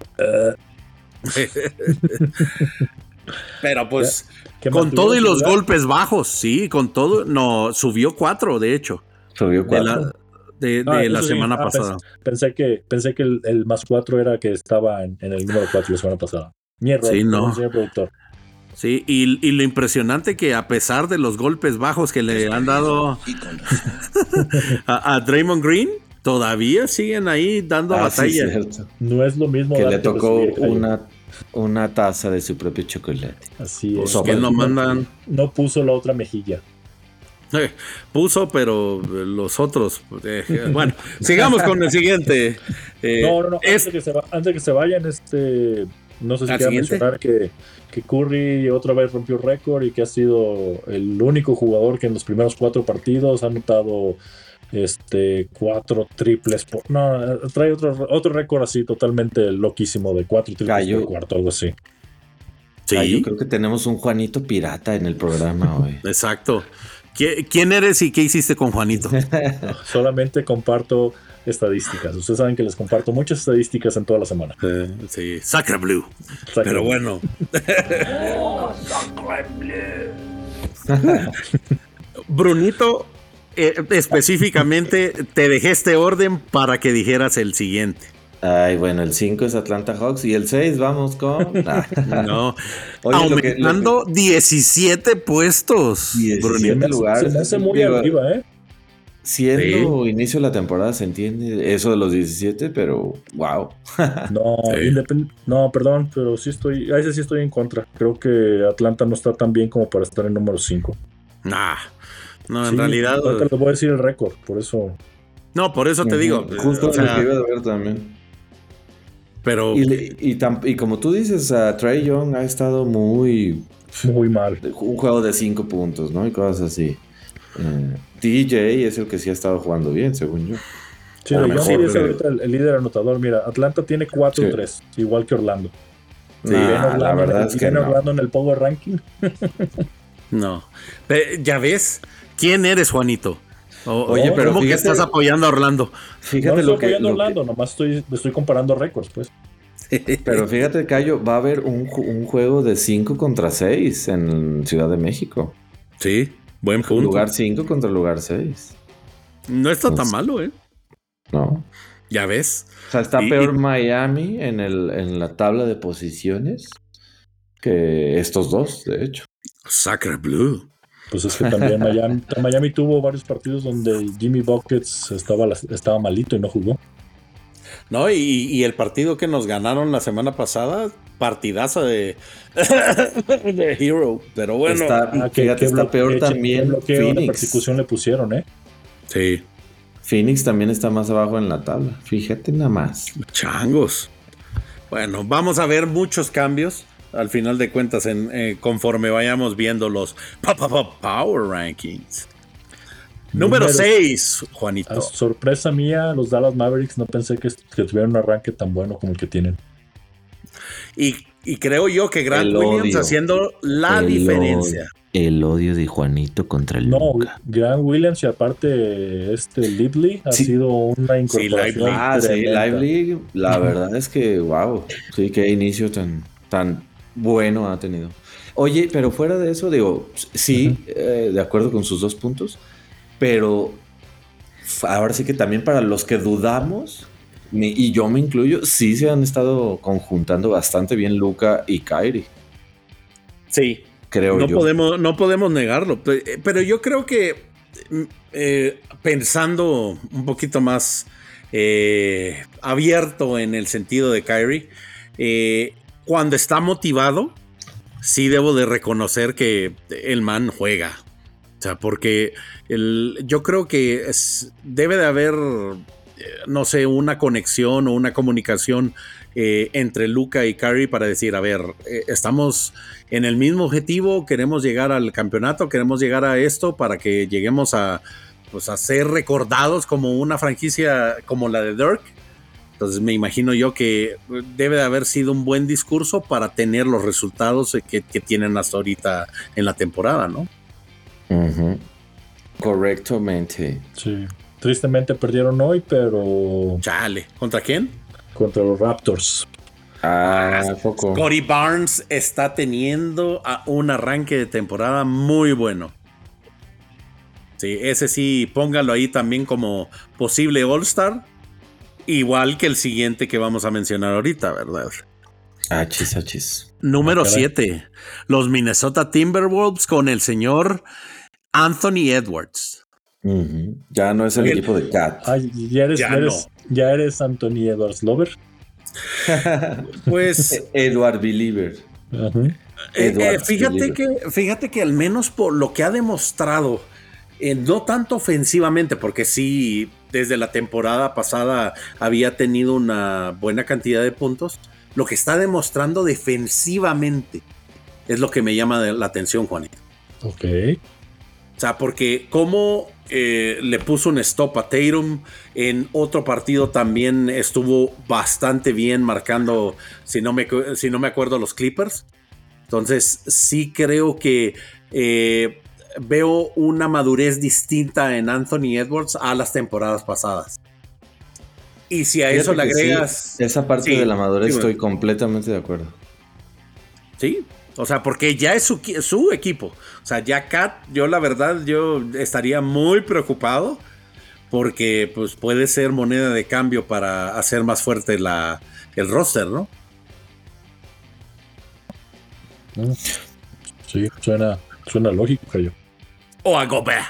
Pero pues, con todo y los golpes bajos, sí, con todo, no, subió 4, de hecho. Subió 4. De la semana pasada. Pensé que el más 4 era que estaba en el número 4 la semana pasada. Mi error, sí, no. Señor productor. Sí, y lo impresionante que a pesar de los golpes bajos que le han dado a Draymond Green, todavía siguen ahí dando batalla. Sí, no es lo mismo que le tocó una taza de su propio chocolate. Así es. Que no mandan. No puso la otra mejilla. Puso, pero los otros. Bueno, sigamos con el siguiente. No. Antes de que se vayan, no sé si quiero mencionar que Curry otra vez rompió récord y que ha sido el único jugador que en los primeros 4 partidos ha anotado 4 triples. Trae otro récord así totalmente loquísimo de 4 triples por cuarto, algo así. Sí, yo creo que tenemos un Juanito pirata en el programa hoy. Exacto. ¿Quién eres y qué hiciste con Juanito? Solamente comparto estadísticas. Ustedes saben que les comparto muchas estadísticas en toda la semana. Sí, Sacre Blue. Pero bueno. Sacre Blue. Brunito, específicamente te dejé este orden para que dijeras el siguiente. Ay, bueno, el 5 es Atlanta Hawks y el 6 vamos con... No. Oye, aumentando 17 puestos. 17 lugares. Se me hace muy arriba, ¿eh? Siendo inicio de la temporada se entiende eso de los 17, pero wow. No, perdón, pero sí estoy en contra. Creo que Atlanta no está tan bien como para estar en número 5. No, en realidad... Ahorita les voy a decir el récord, por eso... No, por eso te digo. Justo lo que iba a ver también. Pero... Y como tú dices, Trae Young ha estado muy mal. Un juego de 5 puntos, ¿no? Y cosas así. DJ es el que sí ha estado jugando bien, según yo. Sí, es ahorita el líder anotador. Mira, Atlanta tiene 4-3, igual que Orlando. Sí, la verdad es que no. Orlando en el Power Ranking. No. Ya ves, ¿quién eres, Juanito? Oye, pero ¿cómo fíjate, que estás apoyando a Orlando? Fíjate no estoy apoyando a Orlando, nomás estoy comparando récords, pues. Pero fíjate, Cayo, va a haber un juego de 5 contra 6 en Ciudad de México. Sí, buen punto. Lugar 5 contra lugar 6. No está tan malo, ¿eh? No. Ya ves. O sea, está peor Miami en la tabla de posiciones que estos dos, de hecho. Sacre Blue. Pues es que también Miami tuvo varios partidos donde Jimmy Buckets estaba malito y no jugó. No, y el partido que nos ganaron la semana pasada, partidazo de Hero. Pero bueno, está peor también. Phoenix. La persecución le pusieron, ¿eh? Sí. Phoenix también está más abajo en la tabla. Fíjate nada más. Changos. Bueno, vamos a ver muchos cambios. Al final de cuentas, conforme vayamos viendo los Power Rankings. Número 6, Juanito. A sorpresa mía, los Dallas Mavericks no pensé que tuvieran un arranque tan bueno como el que tienen. Y creo yo que Grant Williams haciendo la diferencia. El odio de Juanito contra el Luka. Grant Williams y aparte Lively ha sido una incorporación. Lively, la verdad es que wow, sí, qué inicio tan bueno ha tenido. Oye, pero fuera de eso, digo, sí, de acuerdo con sus 2 puntos, pero ahora sí que también para los que dudamos, y yo me incluyo, sí se han estado conjuntando bastante bien Luka y Kyrie. Sí. Creo yo. No podemos negarlo, pero yo creo que pensando un poquito más abierto en el sentido de Kyrie, cuando está motivado, sí debo de reconocer que el man juega. O sea, porque yo creo que debe de haber, no sé, una conexión o una comunicación entre Luka y Kyrie para decir, a ver, estamos en el mismo objetivo, queremos llegar al campeonato, queremos llegar a esto para que lleguemos a ser recordados como una franquicia como la de Dirk. Entonces me imagino yo que debe de haber sido un buen discurso para tener los resultados que tienen hasta ahorita en la temporada, ¿no? Uh-huh. Correctamente. Sí. Tristemente perdieron hoy, pero... Chale. ¿Contra quién? Contra los Raptors. Poco. Scottie Barnes está teniendo un arranque de temporada muy bueno. Sí, ese sí, póngalo ahí también como posible All-Star. Igual que el siguiente que vamos a mencionar ahorita, ¿verdad? Achis. Número 7. Los Minnesota Timberwolves con el señor Anthony Edwards. Uh-huh. Ya no es el equipo de Cat. Ay, ¿ya eres Anthony Edwards Lover? Pues Edward Believer. Uh-huh. Fíjate que al menos por lo que ha demostrado, no tanto ofensivamente, porque sí, desde la temporada pasada había tenido una buena cantidad de puntos, lo que está demostrando defensivamente es lo que me llama la atención, Juanito. Ok. O sea, porque como le puso un stop a Tatum, en otro partido también estuvo bastante bien marcando, si no me acuerdo, los Clippers. Entonces sí creo que veo una madurez distinta en Anthony Edwards a las temporadas pasadas. Y si a eso le agregas... Sí, esa parte de la madurez estoy completamente de acuerdo. Sí, o sea, porque ya es su equipo. O sea, ya Cat, yo la verdad, yo estaría muy preocupado porque pues puede ser moneda de cambio para hacer más fuerte el roster, ¿no? Sí, suena lógico, creo yo. O a Gobert.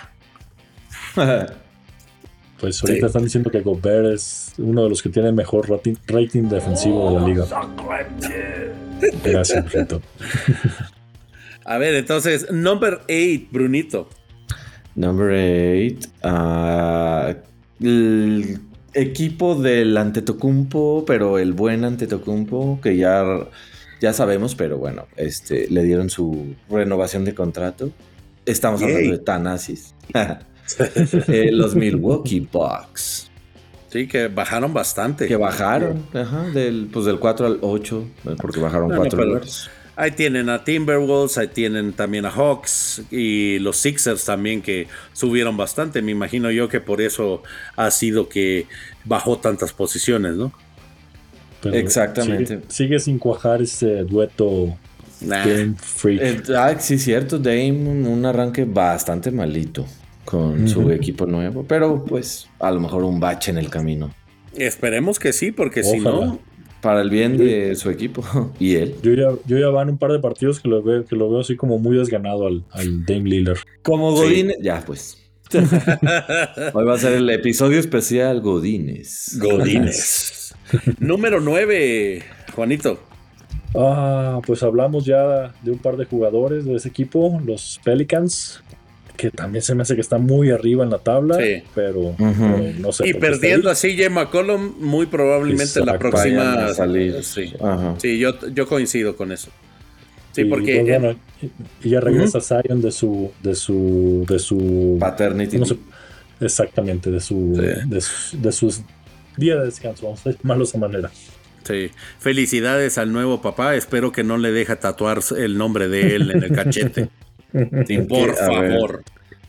Pues ahorita están diciendo que Gobert es uno de los que tiene mejor rating defensivo de la liga. Gracias, Brito. A ver, entonces, number 8, Brunito. Number 8. El equipo del Antetokounmpo, pero el buen Antetokounmpo, que ya sabemos, pero bueno, le dieron su renovación de contrato. Estamos hablando de Thanasis. Los Milwaukee Bucks. Sí, que bajaron bastante. Que bajaron, del 4 al 8, porque bajaron 4 lugares. Ahí tienen a Timberwolves, ahí tienen también a Hawks y los Sixers también que subieron bastante. Me imagino yo que por eso ha sido que bajó tantas posiciones, ¿no? Pero exactamente. Sigue sin cuajar ese dueto Dame Freak. Sí, cierto. Dame un arranque bastante malito con su equipo nuevo, pero pues a lo mejor un bache en el camino. Esperemos que sí, porque Ojalá. Si no... Para el bien de su equipo y él. Yo ya van un par de partidos que lo veo así como muy desganado al Dame Lillard. Como Godínez. Sí. Ya, pues. Hoy va a ser el episodio especial Godínez. Número 9, Juanito. Pues hablamos ya de un par de jugadores de ese equipo, los Pelicans, que también se me hace que está muy arriba en la tabla, sí. Pero no sé. Y perdiendo a CJ McCollum, muy probablemente la próxima a salir. Sí, yo coincido con eso. Sí, porque pues, bueno, y ya regresa Zion de su paternity. Exactamente, de sus días de descanso, vamos a llamarlo de esa manera. Sí, felicidades al nuevo papá. Espero que no le deje tatuar el nombre de él en el cachete. Sí, por favor.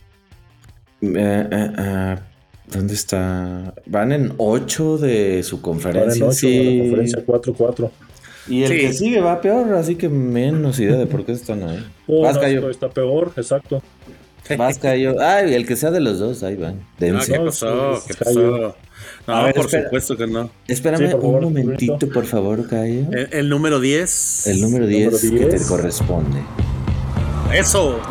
¿Dónde está? Van en 8 de su conferencia. Van en 8 de la conferencia 4-4. Y el que sigue va peor, así que menos idea de por qué están ahí. Vasca está peor, exacto. Vasca yo. Ay, el que sea de los dos, ahí van. ¿Qué pasó? ¿Qué pasó? No, ver, por supuesto que no. Espérame un momentito, por favor, Cayo. El número 10. El número 10 que te corresponde. ¡Eso!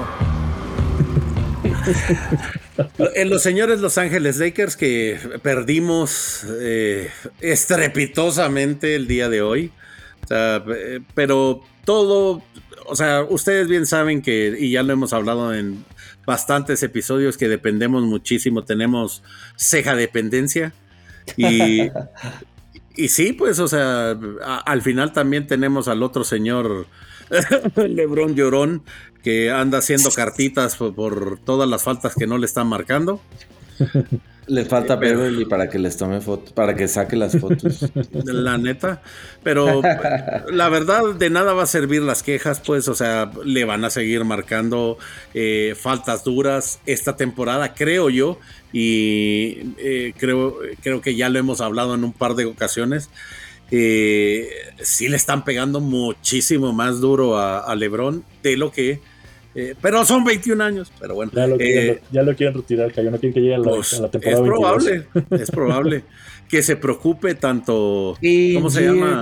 En los señores Los Ángeles Lakers que perdimos estrepitosamente el día de hoy. O sea, pero todo, o sea, ustedes bien saben que, y ya lo hemos hablado en bastantes episodios que dependemos muchísimo, tenemos ceja dependencia y sí, pues, o sea, al final también tenemos al otro señor LeBron Llorón, que anda haciendo cartitas por todas las faltas que no le están marcando. Le falta Beverly para que les tome fotos, para que saque las fotos. La neta. Pero la verdad, de nada va a servir las quejas, pues, o sea, le van a seguir marcando faltas duras esta temporada, creo yo, y creo que ya lo hemos hablado en un par de ocasiones. Sí le están pegando muchísimo más duro a LeBron de lo que... pero son 21 años, pero bueno. Ya lo quieren retirar, Cayo, no quieren que llegue a la temporada. Es probable que se preocupe tanto. ¿Cómo se llama?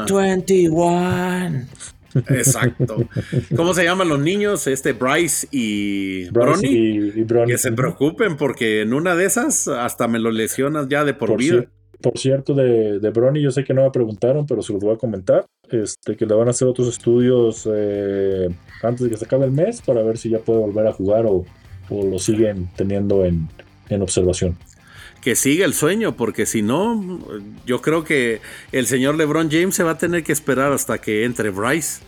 21. Exacto. ¿Cómo se llaman los niños? Bryce y Bronny. Que se preocupen porque en una de esas hasta me lo lesionas ya de por vida. Por cierto, de Bronny, yo sé que no me preguntaron, pero se los voy a comentar. Que le van a hacer otros estudios antes de que se acabe el mes para ver si ya puede volver a jugar o lo siguen teniendo en observación. Que siga el sueño, porque si no, yo creo que el señor LeBron James se va a tener que esperar hasta que entre Bryce.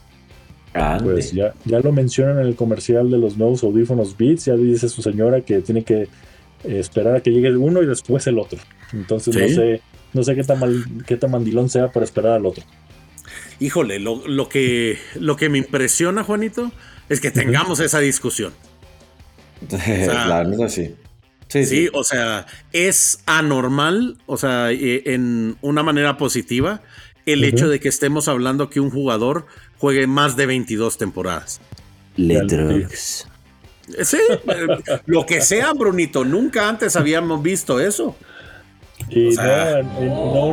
Pues ya lo mencionan en el comercial de los nuevos audífonos Beats. Ya dice su señora que tiene que esperar a que llegue uno y después el otro. Entonces ¿sí? no sé qué tan mandilón sea para esperar al otro. Híjole, lo que me impresiona, Juanito, es que tengamos esa discusión. O sea, la verdad, sí. Sí, o sea, es anormal, o sea, en una manera positiva, el hecho de que estemos hablando que un jugador juegue más de 22 temporadas. Drugs. Sí, lo que sea, Brunito, nunca antes habíamos visto eso. Y no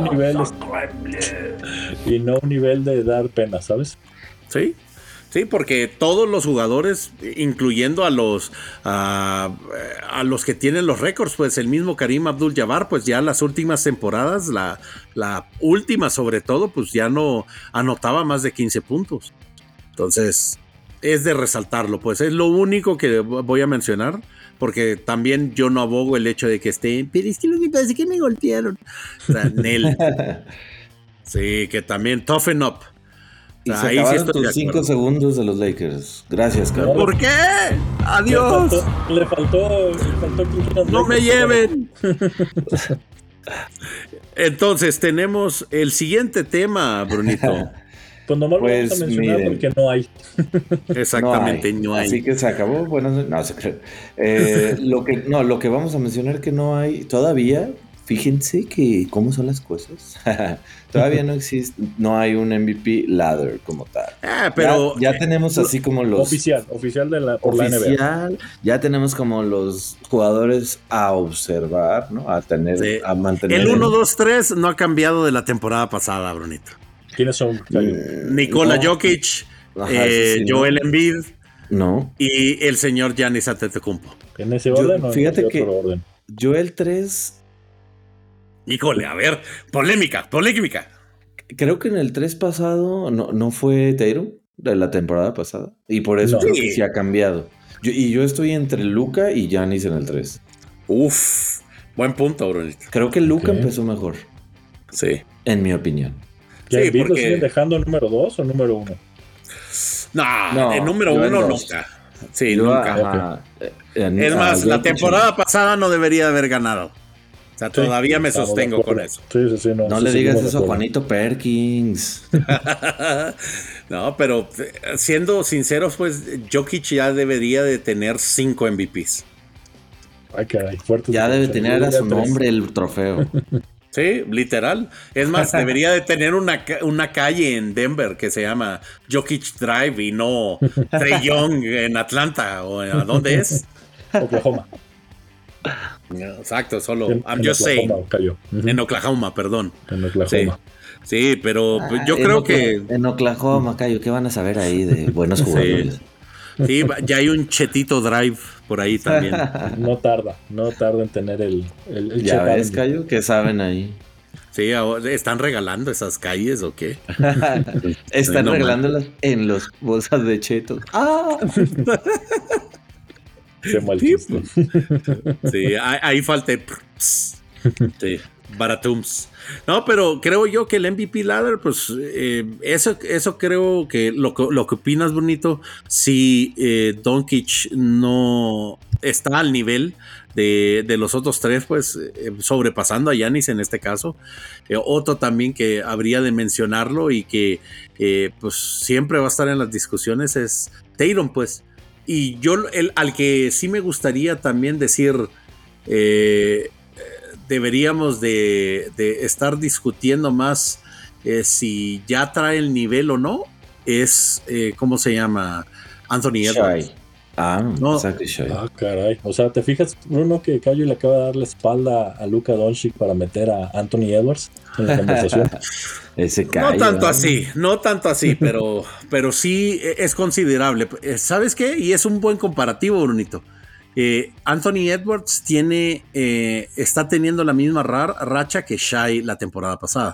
un nivel de dar pena, ¿sabes? Sí, porque todos los jugadores, incluyendo a los que tienen los récords, pues el mismo Karim Abdul-Jabbar, pues ya las últimas temporadas, la última sobre todo, pues ya no anotaba más de 15 puntos. Entonces, es de resaltarlo, pues es lo único que voy a mencionar, porque también yo no abogo el hecho de que estén, pero es que lo que pasa es que me golpearon. O sea, Nel. Sí, que también toughen up. Y se acabaron tus 5 segundos de los Lakers. Gracias, Carlos. ¿Por qué? ¡Adiós! Le faltó ¡No me lleven! Entonces, tenemos el siguiente tema, Brunito. Pues nomás lo vamos a mencionar porque no hay. Exactamente, no hay. Así que se acabó. Bueno, no se cree. Lo que vamos a mencionar que no hay todavía. Fíjense que cómo son las cosas. Todavía no hay un MVP ladder como tal. Pero ya tenemos así como los oficial por la NBA. Ya tenemos como los jugadores a observar, ¿no? A mantener. El 1, 2, 3 no ha cambiado de la temporada pasada, Brunito. ¿Quiénes son? Nikola Jokic, Joel Embiid, no, y el señor Giannis Antetokounmpo. ¿En ese orden? Fíjate que Joel 3. Híjole, a ver, polémica. Creo que en el 3 pasado no fue Tatum de la temporada pasada. Y por eso creo que sí ha cambiado. Yo estoy entre Luka y Giannis en el 3. Uf, buen punto, Brunito. Creo que Luka empezó mejor. Sí. En mi opinión. ¿Y lo siguen dejando número 2 o número 1? No, el número 1 nunca. Sí, nunca. Es más, la temporada pasada no debería haber ganado. O sea, todavía me sostengo con eso. Sí, no le digas eso a Juanito Perkins. No, pero siendo sinceros, pues Jokic ya debería de tener 5 MVPs. Ay, caray, fuerte. Ya debe tener a su nombre el trofeo. Sí, literal. Es más, debería de tener una calle en Denver que se llama Jokic Drive y no Trae Young en Atlanta. ¿O a dónde es? Oklahoma. Exacto, solo I'm just saying. En Oklahoma, perdón. En Oklahoma. Sí, pero yo creo que... En Oklahoma, Cayo, ¿qué van a saber ahí de buenos jugadores? Sí, ya hay un Chetito Drive por ahí también. No tarda en tener el ya ves, Cayo, ¿qué saben ahí? Sí, ¿están regalando esas calles o qué? Están regalándolas en los bolsas de chetos. Qué mal chiste. Sí, ahí falta sí, baratums. No, pero creo yo que el MVP ladder, pues eso creo que lo que opinas, Bonito, si Doncic no está al nivel de los otros tres, pues sobrepasando a Giannis en este caso. Otro también que habría de mencionarlo y que pues siempre va a estar en las discusiones es Tatum, pues. Y yo al que sí me gustaría también decir deberíamos de estar discutiendo más si ya trae el nivel o no, es ¿cómo se llama? Anthony Edwards. No. Caray. O sea, ¿te fijas, Bruno, que Cayo le acaba de dar la espalda a Luka Doncic para meter a Anthony Edwards en la conversación? Ese Cayo, no tanto así, pero sí es considerable. ¿Sabes qué? Y es un buen comparativo, Brunito. Anthony Edwards está teniendo la misma racha que Shai la temporada pasada.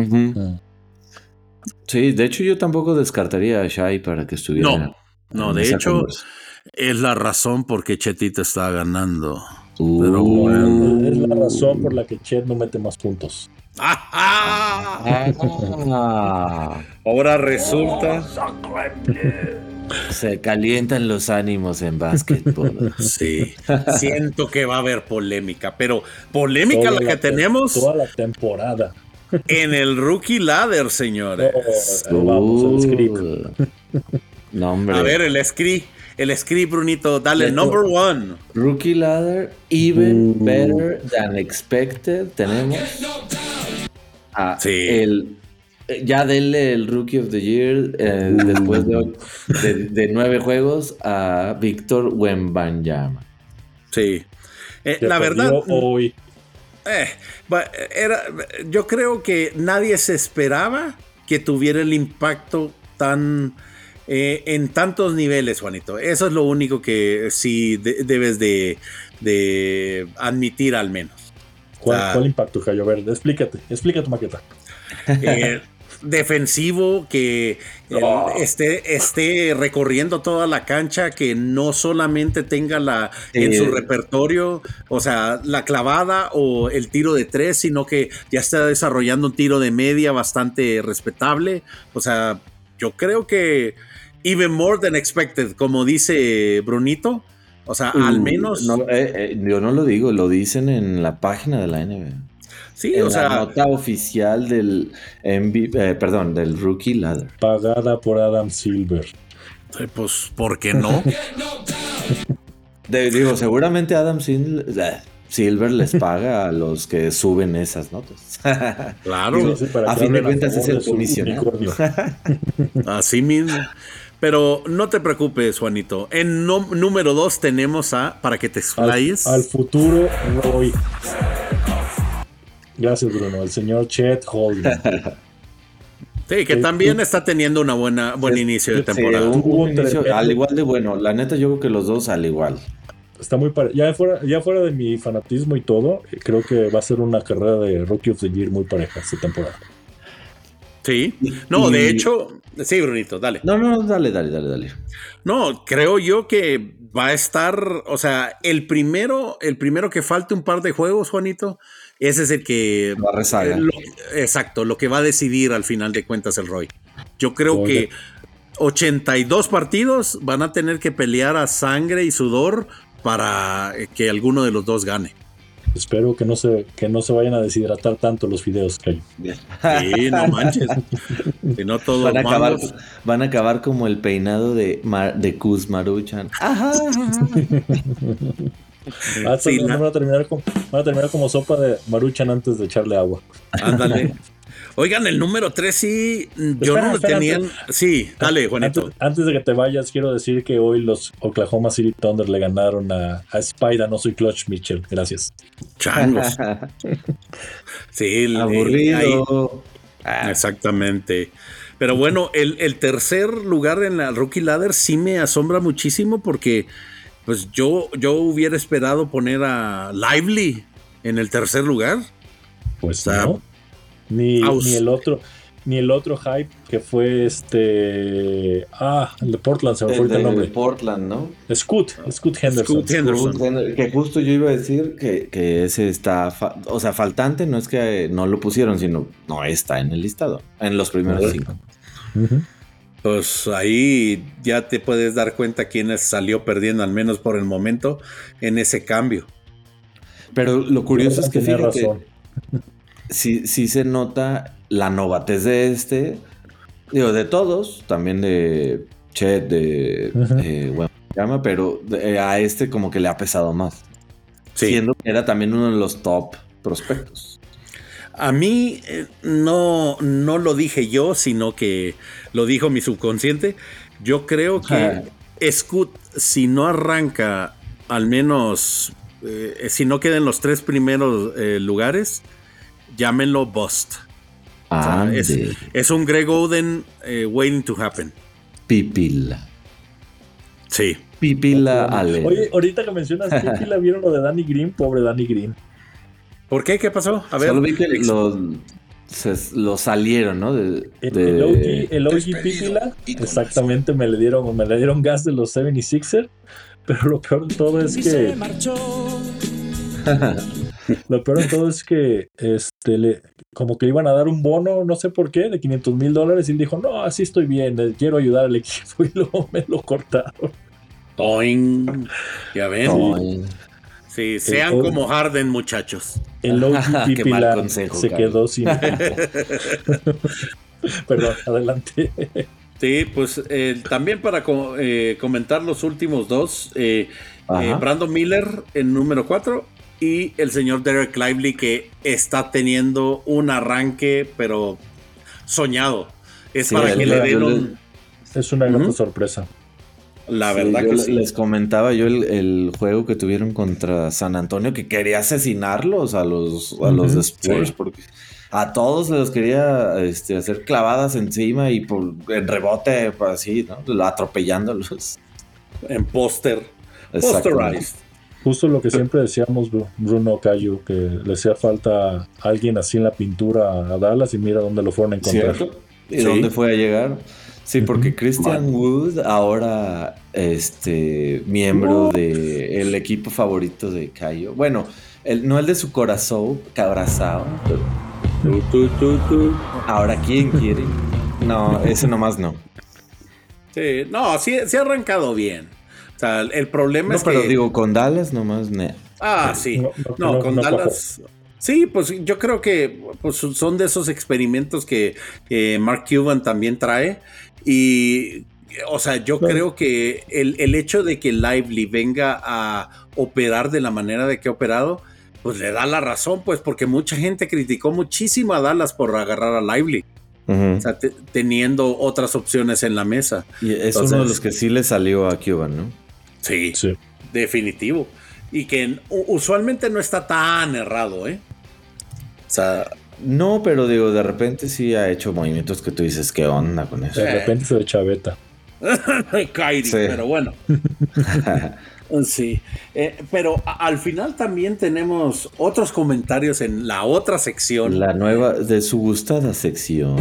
Sí, de hecho yo tampoco descartaría a Shai para que estuviera. No, de hecho es la razón por qué Chetito está ganando. Pero bueno. Es la razón por la que Chet no mete más puntos. Ahora resulta. Se calientan los ánimos en básquetbol. Sí, siento que va a haber polémica, pero polémica la que tenemos toda la temporada en el Rookie Ladder, señores. Vamos, el script. No, hombre. A ver, el script, Brunito, dale, number one. Rookie Ladder, even better than expected. Tenemos ya denle el Rookie of the Year después de 9 juegos a Víctor Wembanyama. Sí. La verdad. Hoy. Yo creo que nadie se esperaba que tuviera el impacto tan en tantos niveles, Juanito. Eso es lo único que sí debes de admitir al menos. ¿Cuál impacto, Cayo? A ver, explica tu maqueta. Defensivo, que esté recorriendo toda la cancha, que no solamente tenga en su repertorio, o sea, la clavada o el tiro de 3, sino que ya está desarrollando un tiro de media bastante respetable. O sea, yo creo que even more than expected, como dice Brunito. O sea, al menos. Yo no lo digo, lo dicen en la página de la NBA. Sí, en la nota oficial del del Rookie Ladder. Pagada por Adam Silver. Pues, ¿por qué no? Digo, seguramente Adam Silver les paga a los que suben esas notas. Claro. Digo, a fin de cuentas es el comisionado. Así mismo. Pero no te preocupes, Juanito. En número 2 tenemos para que te explayes. Al futuro Roy. Gracias, Bruno. El señor Chet Holmgren. Sí, que también está teniendo un buen inicio de temporada. Al igual de bueno. La neta, yo creo que los dos al igual. Está muy ya fuera de mi fanatismo y todo, creo que va a ser una carrera de Rookie of the Year muy pareja esta temporada. Sí. No, de hecho, sí, Brunito, dale. No, dale. No, creo yo que va a estar, o sea, el primero que falte un par de juegos, Juanito, ese es el que va a rezaga. Exacto, lo que va a decidir al final de cuentas el Roy. Yo creo que 82 partidos van a tener que pelear a sangre y sudor para que alguno de los dos gane. Espero que no se vayan a deshidratar tanto los fideos, Cayo. Sí, no manches. Que no todos van a acabar como el peinado de Kuz Maruchan. Van a terminar como sopa de Maruchan antes de echarle agua. Ándale. Oigan, el número 3 sí, yo no lo tenía. Sí, dale, Juanito. Antes de que te vayas, quiero decir que hoy los Oklahoma City Thunder le ganaron a Spider, no soy Clutch Mitchell. Gracias. Changos. Sí, aburrido. Exactamente. Pero bueno, el tercer lugar en la Rookie Ladder sí me asombra muchísimo porque pues yo hubiera esperado poner a Lively en el tercer lugar. Pues no. Ni el otro. ni el otro hype que fue el de Portland, se me fue el nombre. De Portland, ¿no? Scoot Henderson. Que justo yo iba a decir que ese está, faltante, no es que no lo pusieron, sino no está en el listado, en los primeros 5. Pues ahí ya te puedes dar cuenta quién salió perdiendo, al menos por el momento, en ese cambio. Pero lo curioso es que fíjate, sí se nota la novatez de de todos, también de Chet, pero a como que le ha pesado más. Sí. Siendo que era también uno de los top prospectos. A mí no lo dije yo, sino que lo dijo mi subconsciente. Yo creo que Scoot, si no arranca, al menos, si no queda en los 3 primeros lugares, llámenlo bust. Es un Greg Oden waiting to happen. Pipila. Sí. Pipila Ale. Oye, ahorita que mencionas Pipila, ¿vieron lo de Danny Green? Pobre Danny Green. ¿Por qué? ¿Qué pasó? A ver. Solo vi que lo salieron, ¿no? El OG Pipila, exactamente, me le dieron gas de los 76ers, pero lo peor de todo es que lo peor de todo es que como que le iban a dar un bono, no sé por qué, de $500,000, y él dijo, no, así estoy bien, quiero ayudar al equipo, y luego me lo cortaron. Toing. Ya ven. Toing. Sí, sean como Harden, muchachos. El OG Pipila se quedó sin Perdón, adelante. Sí, pues también para comentar los últimos 2, Brandon Miller en número 4 y el señor Derek Lively, que está teniendo un arranque, pero soñado. Es para que le den Es una gran sorpresa. La verdad que sí. Les comentaba yo el juego que tuvieron contra San Antonio, que quería asesinarlos a los de Spurs, porque a todos se los quería hacer clavadas encima y en rebote, así, ¿no? Atropellándolos. En posterized. Justo lo que siempre decíamos, Bruno Cayo, que le hacía falta alguien así en la pintura a Dallas, y mira dónde lo fueron a encontrar. ¿Cierto? ¿Y dónde fue a llegar? Sí, porque Christian Wood, ahora miembro del equipo favorito de Cayo. Bueno, no el de su corazón, Cabrazao, pero ahora ¿quién quiere? No, ese nomás no. Sí, no, sí ha arrancado bien. O sea, el problema es que... No, pero digo, con Dallas nomás... sí. No, con Dallas... Sí, pues yo creo que pues, son de esos experimentos que Mark Cuban también trae. Y, o sea, yo creo que el hecho de que Lively venga a operar de la manera de que ha operado, pues le da la razón, pues, porque mucha gente criticó muchísimo a Dallas por agarrar a Lively. O sea, teniendo otras opciones en la mesa. Y es uno de los que sí le salió a Cuban, ¿no? Sí, definitivo. Y que usualmente no está tan errado, ¿eh? O sea, no, pero digo, de repente sí ha hecho movimientos que tú dices, ¿qué onda con eso? De repente se echa beta. Kyrie, pero bueno. Sí. Pero al final también tenemos otros comentarios en la otra sección. La nueva, de su gustada sección.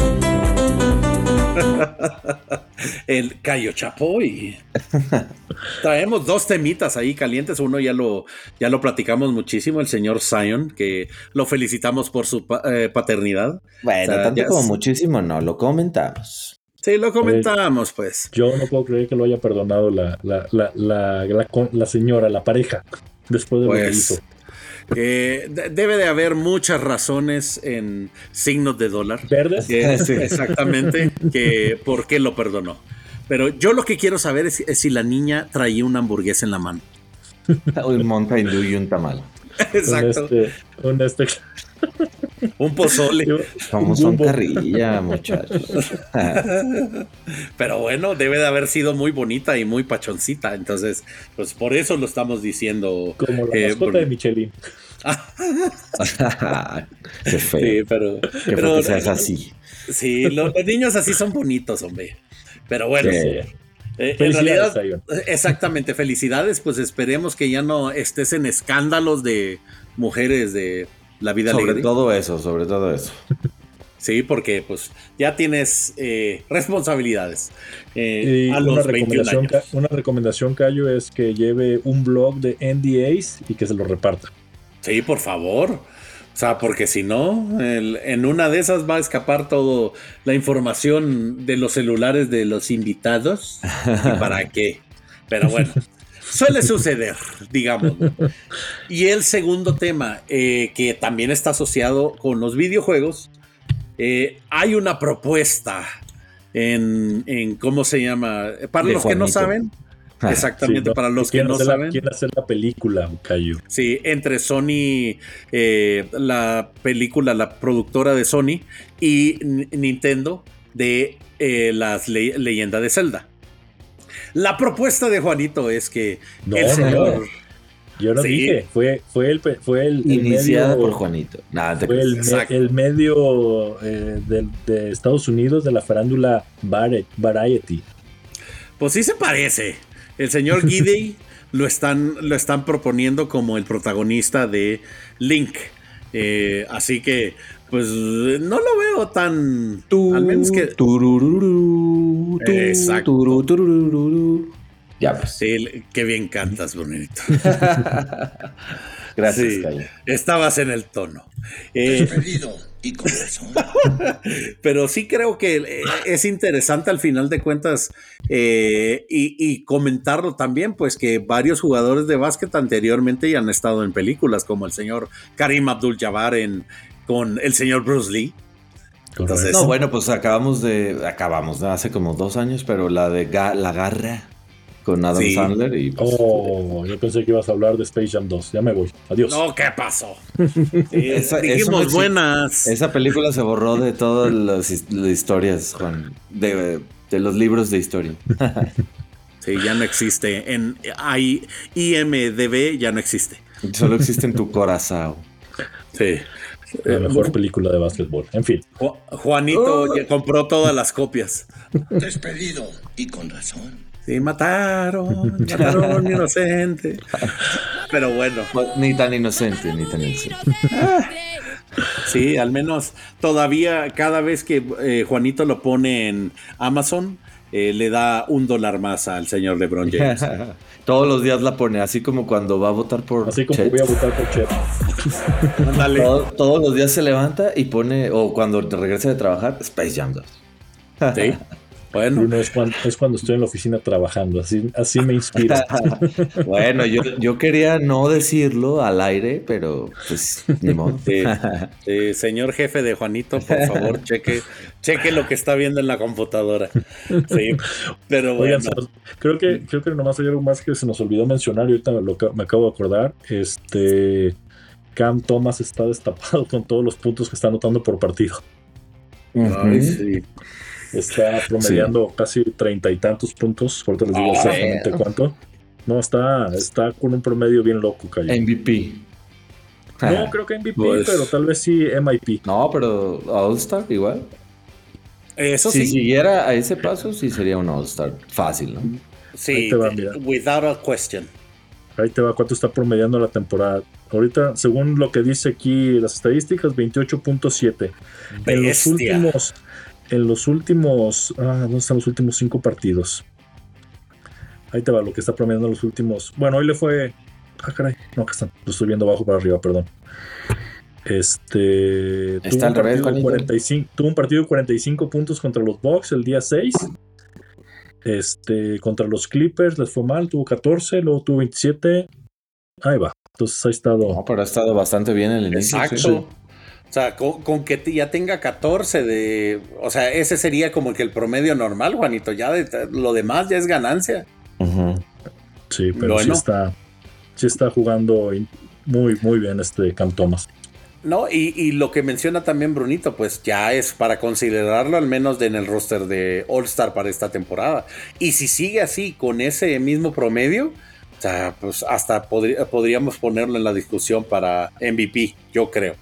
El Cayo Chapoy. Traemos 2 temitas ahí calientes. Uno ya lo platicamos muchísimo, el señor Zion, que lo felicitamos por su paternidad. Bueno, tanto como muchísimo no, lo comentamos. Sí, lo comentamos, pues. Yo no puedo creer que lo haya perdonado la señora, la pareja, después de lo que hizo. Debe de haber muchas razones en signos de dólar. ¿Verdes? Sí. Exactamente, que por qué lo perdonó. Pero yo lo que quiero saber es si la niña traía una hamburguesa en la mano. Un Mountain Dew y un tamal. Exacto. Un pozole. Como son carrilla, muchachos. Pero bueno, debe de haber sido muy bonita y muy pachoncita. Entonces, pues por eso lo estamos diciendo. Como la mascota de Michelin. Qué feo. Sí, pero que seas así. Sí, los niños así son bonitos, hombre. Pero bueno. En realidad, exactamente, felicidades. Pues esperemos que ya no estés en escándalos de mujeres de la vida alegre. Sobre todo eso. Sí, porque pues ya tienes responsabilidades Y a los 21 años. una recomendación, Cayo, es que lleve un blog de NDAs y que se lo reparta. Sí, por favor. O sea, porque si no, en una de esas va a escapar toda la información de los celulares de los invitados. ¿Y para qué? Pero bueno, suele suceder, digamos. Y el segundo tema, que también está asociado con los videojuegos, hay una propuesta en ¿cómo se llama? Para De los que no Juanito. saben, exactamente, Sí, para los que no saben. Quieren hacer la película, Cayo. Sí, entre Sony, la película, la productora de Sony y Nintendo de las leyendas de Zelda. La propuesta de Juanito es que el señor... Yo no Sí. dije, fue el Iniciada medio, por Juanito. Nada, te fue creas. el medio de Estados Unidos de la farándula Variety. Pues sí se parece. El señor Gidey lo están proponiendo como el protagonista de Link. Así que, pues, no lo veo tan... al menos que... Tururururu, Exacto. tururururu. Ya, pues. Sí, qué bien cantas, Brunito. Gracias, Sí, Cayo. estabas en el tono. Perdido y con razón. Pero sí creo que es interesante al final de cuentas y comentarlo también, pues que varios jugadores de básquet anteriormente ya han estado en películas, como el señor Karim Abdul-Jabbar con el señor Bruce Lee. Entonces, No, bueno, pues acabamos hace como 2 años, pero la de La Garra con Adam Sí. Sandler y pues, Yo pensé que ibas a hablar de Space Jam 2. Ya me voy. Adiós. no, ¿qué pasó? Eso no Dijimos existe. buenas. Esa película se borró de todas las historias, Juan, de los libros de historia. Sí, ya no existe. En IMDb ya no existe. Solo existe en tu corazón. Sí. La mejor película de básquetbol. En fin. Juanito ya compró todas las copias. Despedido y con razón. Sí, mataron a un inocente. Pero bueno, Ni tan inocente, ni tan inocente. sí, al menos todavía cada vez que Juanito lo pone en Amazon, le da $1 más al señor LeBron James. Todos los días la pone, así como cuando va a votar por Así como Chet. voy a votar por Chet. Ándale. Todos los días se levanta y pone, o cuando regresa de trabajar, Space Jam 2. Sí, bueno. Uno es cuando estoy en la oficina trabajando. Así me inspira. Bueno, yo quería no decirlo al aire, pero pues ni modo. Sí, señor jefe de Juanito, por favor, cheque lo que está viendo en la computadora. Sí, pero bueno. Oigan, creo que nomás hay algo más que se nos olvidó mencionar y ahorita me acabo de acordar. Cam Thomas está destapado con todos los puntos que está anotando por partido. Ay, sí. Está promediando casi 30 y tantos puntos. Ahorita les digo exactamente cuánto. No, está con un promedio bien loco, Cayo. MVP. No, creo que MVP, Pues- pero tal vez sí MIP. No, pero All-Star igual. Eso Si sí. siguiera a ese paso, sí sería un All-Star. Fácil, ¿no? Ahí Sí, te va, mira. without a question. Ahí te va cuánto está promediando la temporada. Ahorita, según lo que dice aquí las estadísticas, 28.7. Bestia. En los últimos, ¿dónde están los últimos 5 partidos? Ahí te va lo que está promediando los últimos. Bueno, hoy le fue. Caray. No, acá están. Lo estoy viendo abajo para arriba, perdón. Está al revés, Juanito. Tuvo un partido de 45 puntos contra los Bucks el día 6. Contra los Clippers les fue mal, tuvo 14, luego tuvo 27. Ahí va. Entonces ha estado. No, pero ha estado bastante bien el inicio. Exacto. sí. O sea, con que ya tenga 14 o sea, ese sería como que el promedio normal, Juanito. Ya lo demás ya es ganancia. Ujú. Sí, pero Bueno. sí está jugando muy, muy bien Cam Thomas. No, y lo que menciona también Brunito, pues ya es para considerarlo al menos en el roster de All-Star para esta temporada. Y si sigue así, con ese mismo promedio, o sea, pues hasta podríamos ponerlo en la discusión para MVP, yo creo.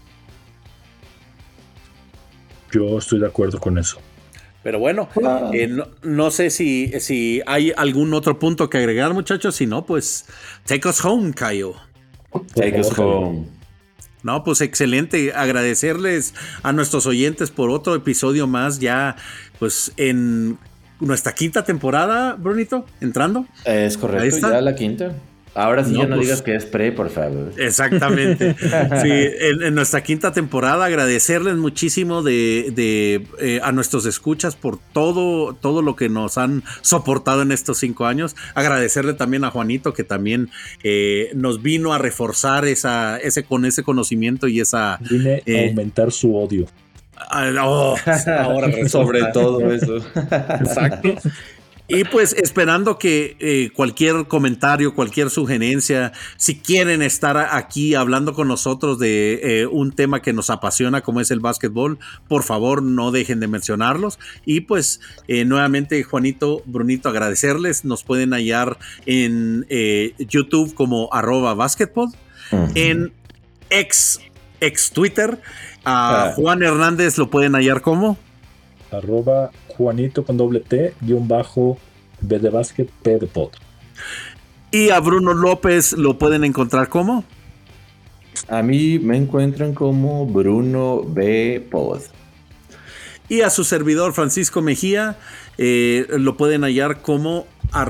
Yo estoy de acuerdo con eso. Pero bueno, no sé si hay algún otro punto que agregar, muchachos. Si no, pues take us home, Cayo. Take us favor, home. No, pues excelente. Agradecerles a nuestros oyentes por otro episodio más, ya pues en nuestra quinta temporada, Brunito, entrando. Es correcto, ya la quinta. Ahora sí, no, ya no digas que es por favor. Exactamente. Sí, en nuestra quinta temporada, agradecerles muchísimo a nuestros escuchas por todo lo que nos han soportado en estos 5 años. Agradecerle también a Juanito, que también nos vino a reforzar con ese conocimiento y esa... Vine a aumentar su odio. Ahora sobre todo eso. Exacto. Y pues esperando que cualquier comentario, cualquier sugerencia, si quieren estar aquí hablando con nosotros de un tema que nos apasiona como es el básquetbol, por favor no dejen de mencionarlos. Y pues nuevamente, Juanito, Brunito, agradecerles. Nos pueden hallar en YouTube como @basketpod, en ex Twitter. Juan Hernández lo pueden hallar como @Juanito con _T_ B de básquet, P de pod. Y a Bruno López lo pueden encontrar como. A mí me encuentran como Bruno B. Pod. Y a su servidor Francisco Mejía lo pueden hallar como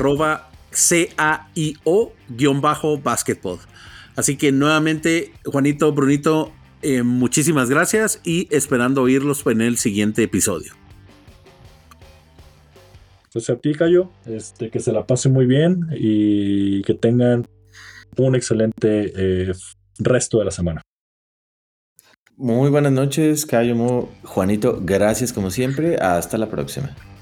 @CAIO_basketpod. Así que nuevamente, Juanito, Brunito, muchísimas gracias y esperando oírlos en el siguiente episodio. Pues a ti, Cayo, que se la pase muy bien y que tengan un excelente resto de la semana. Muy buenas noches, Cayo, Juanito, gracias como siempre, hasta la próxima.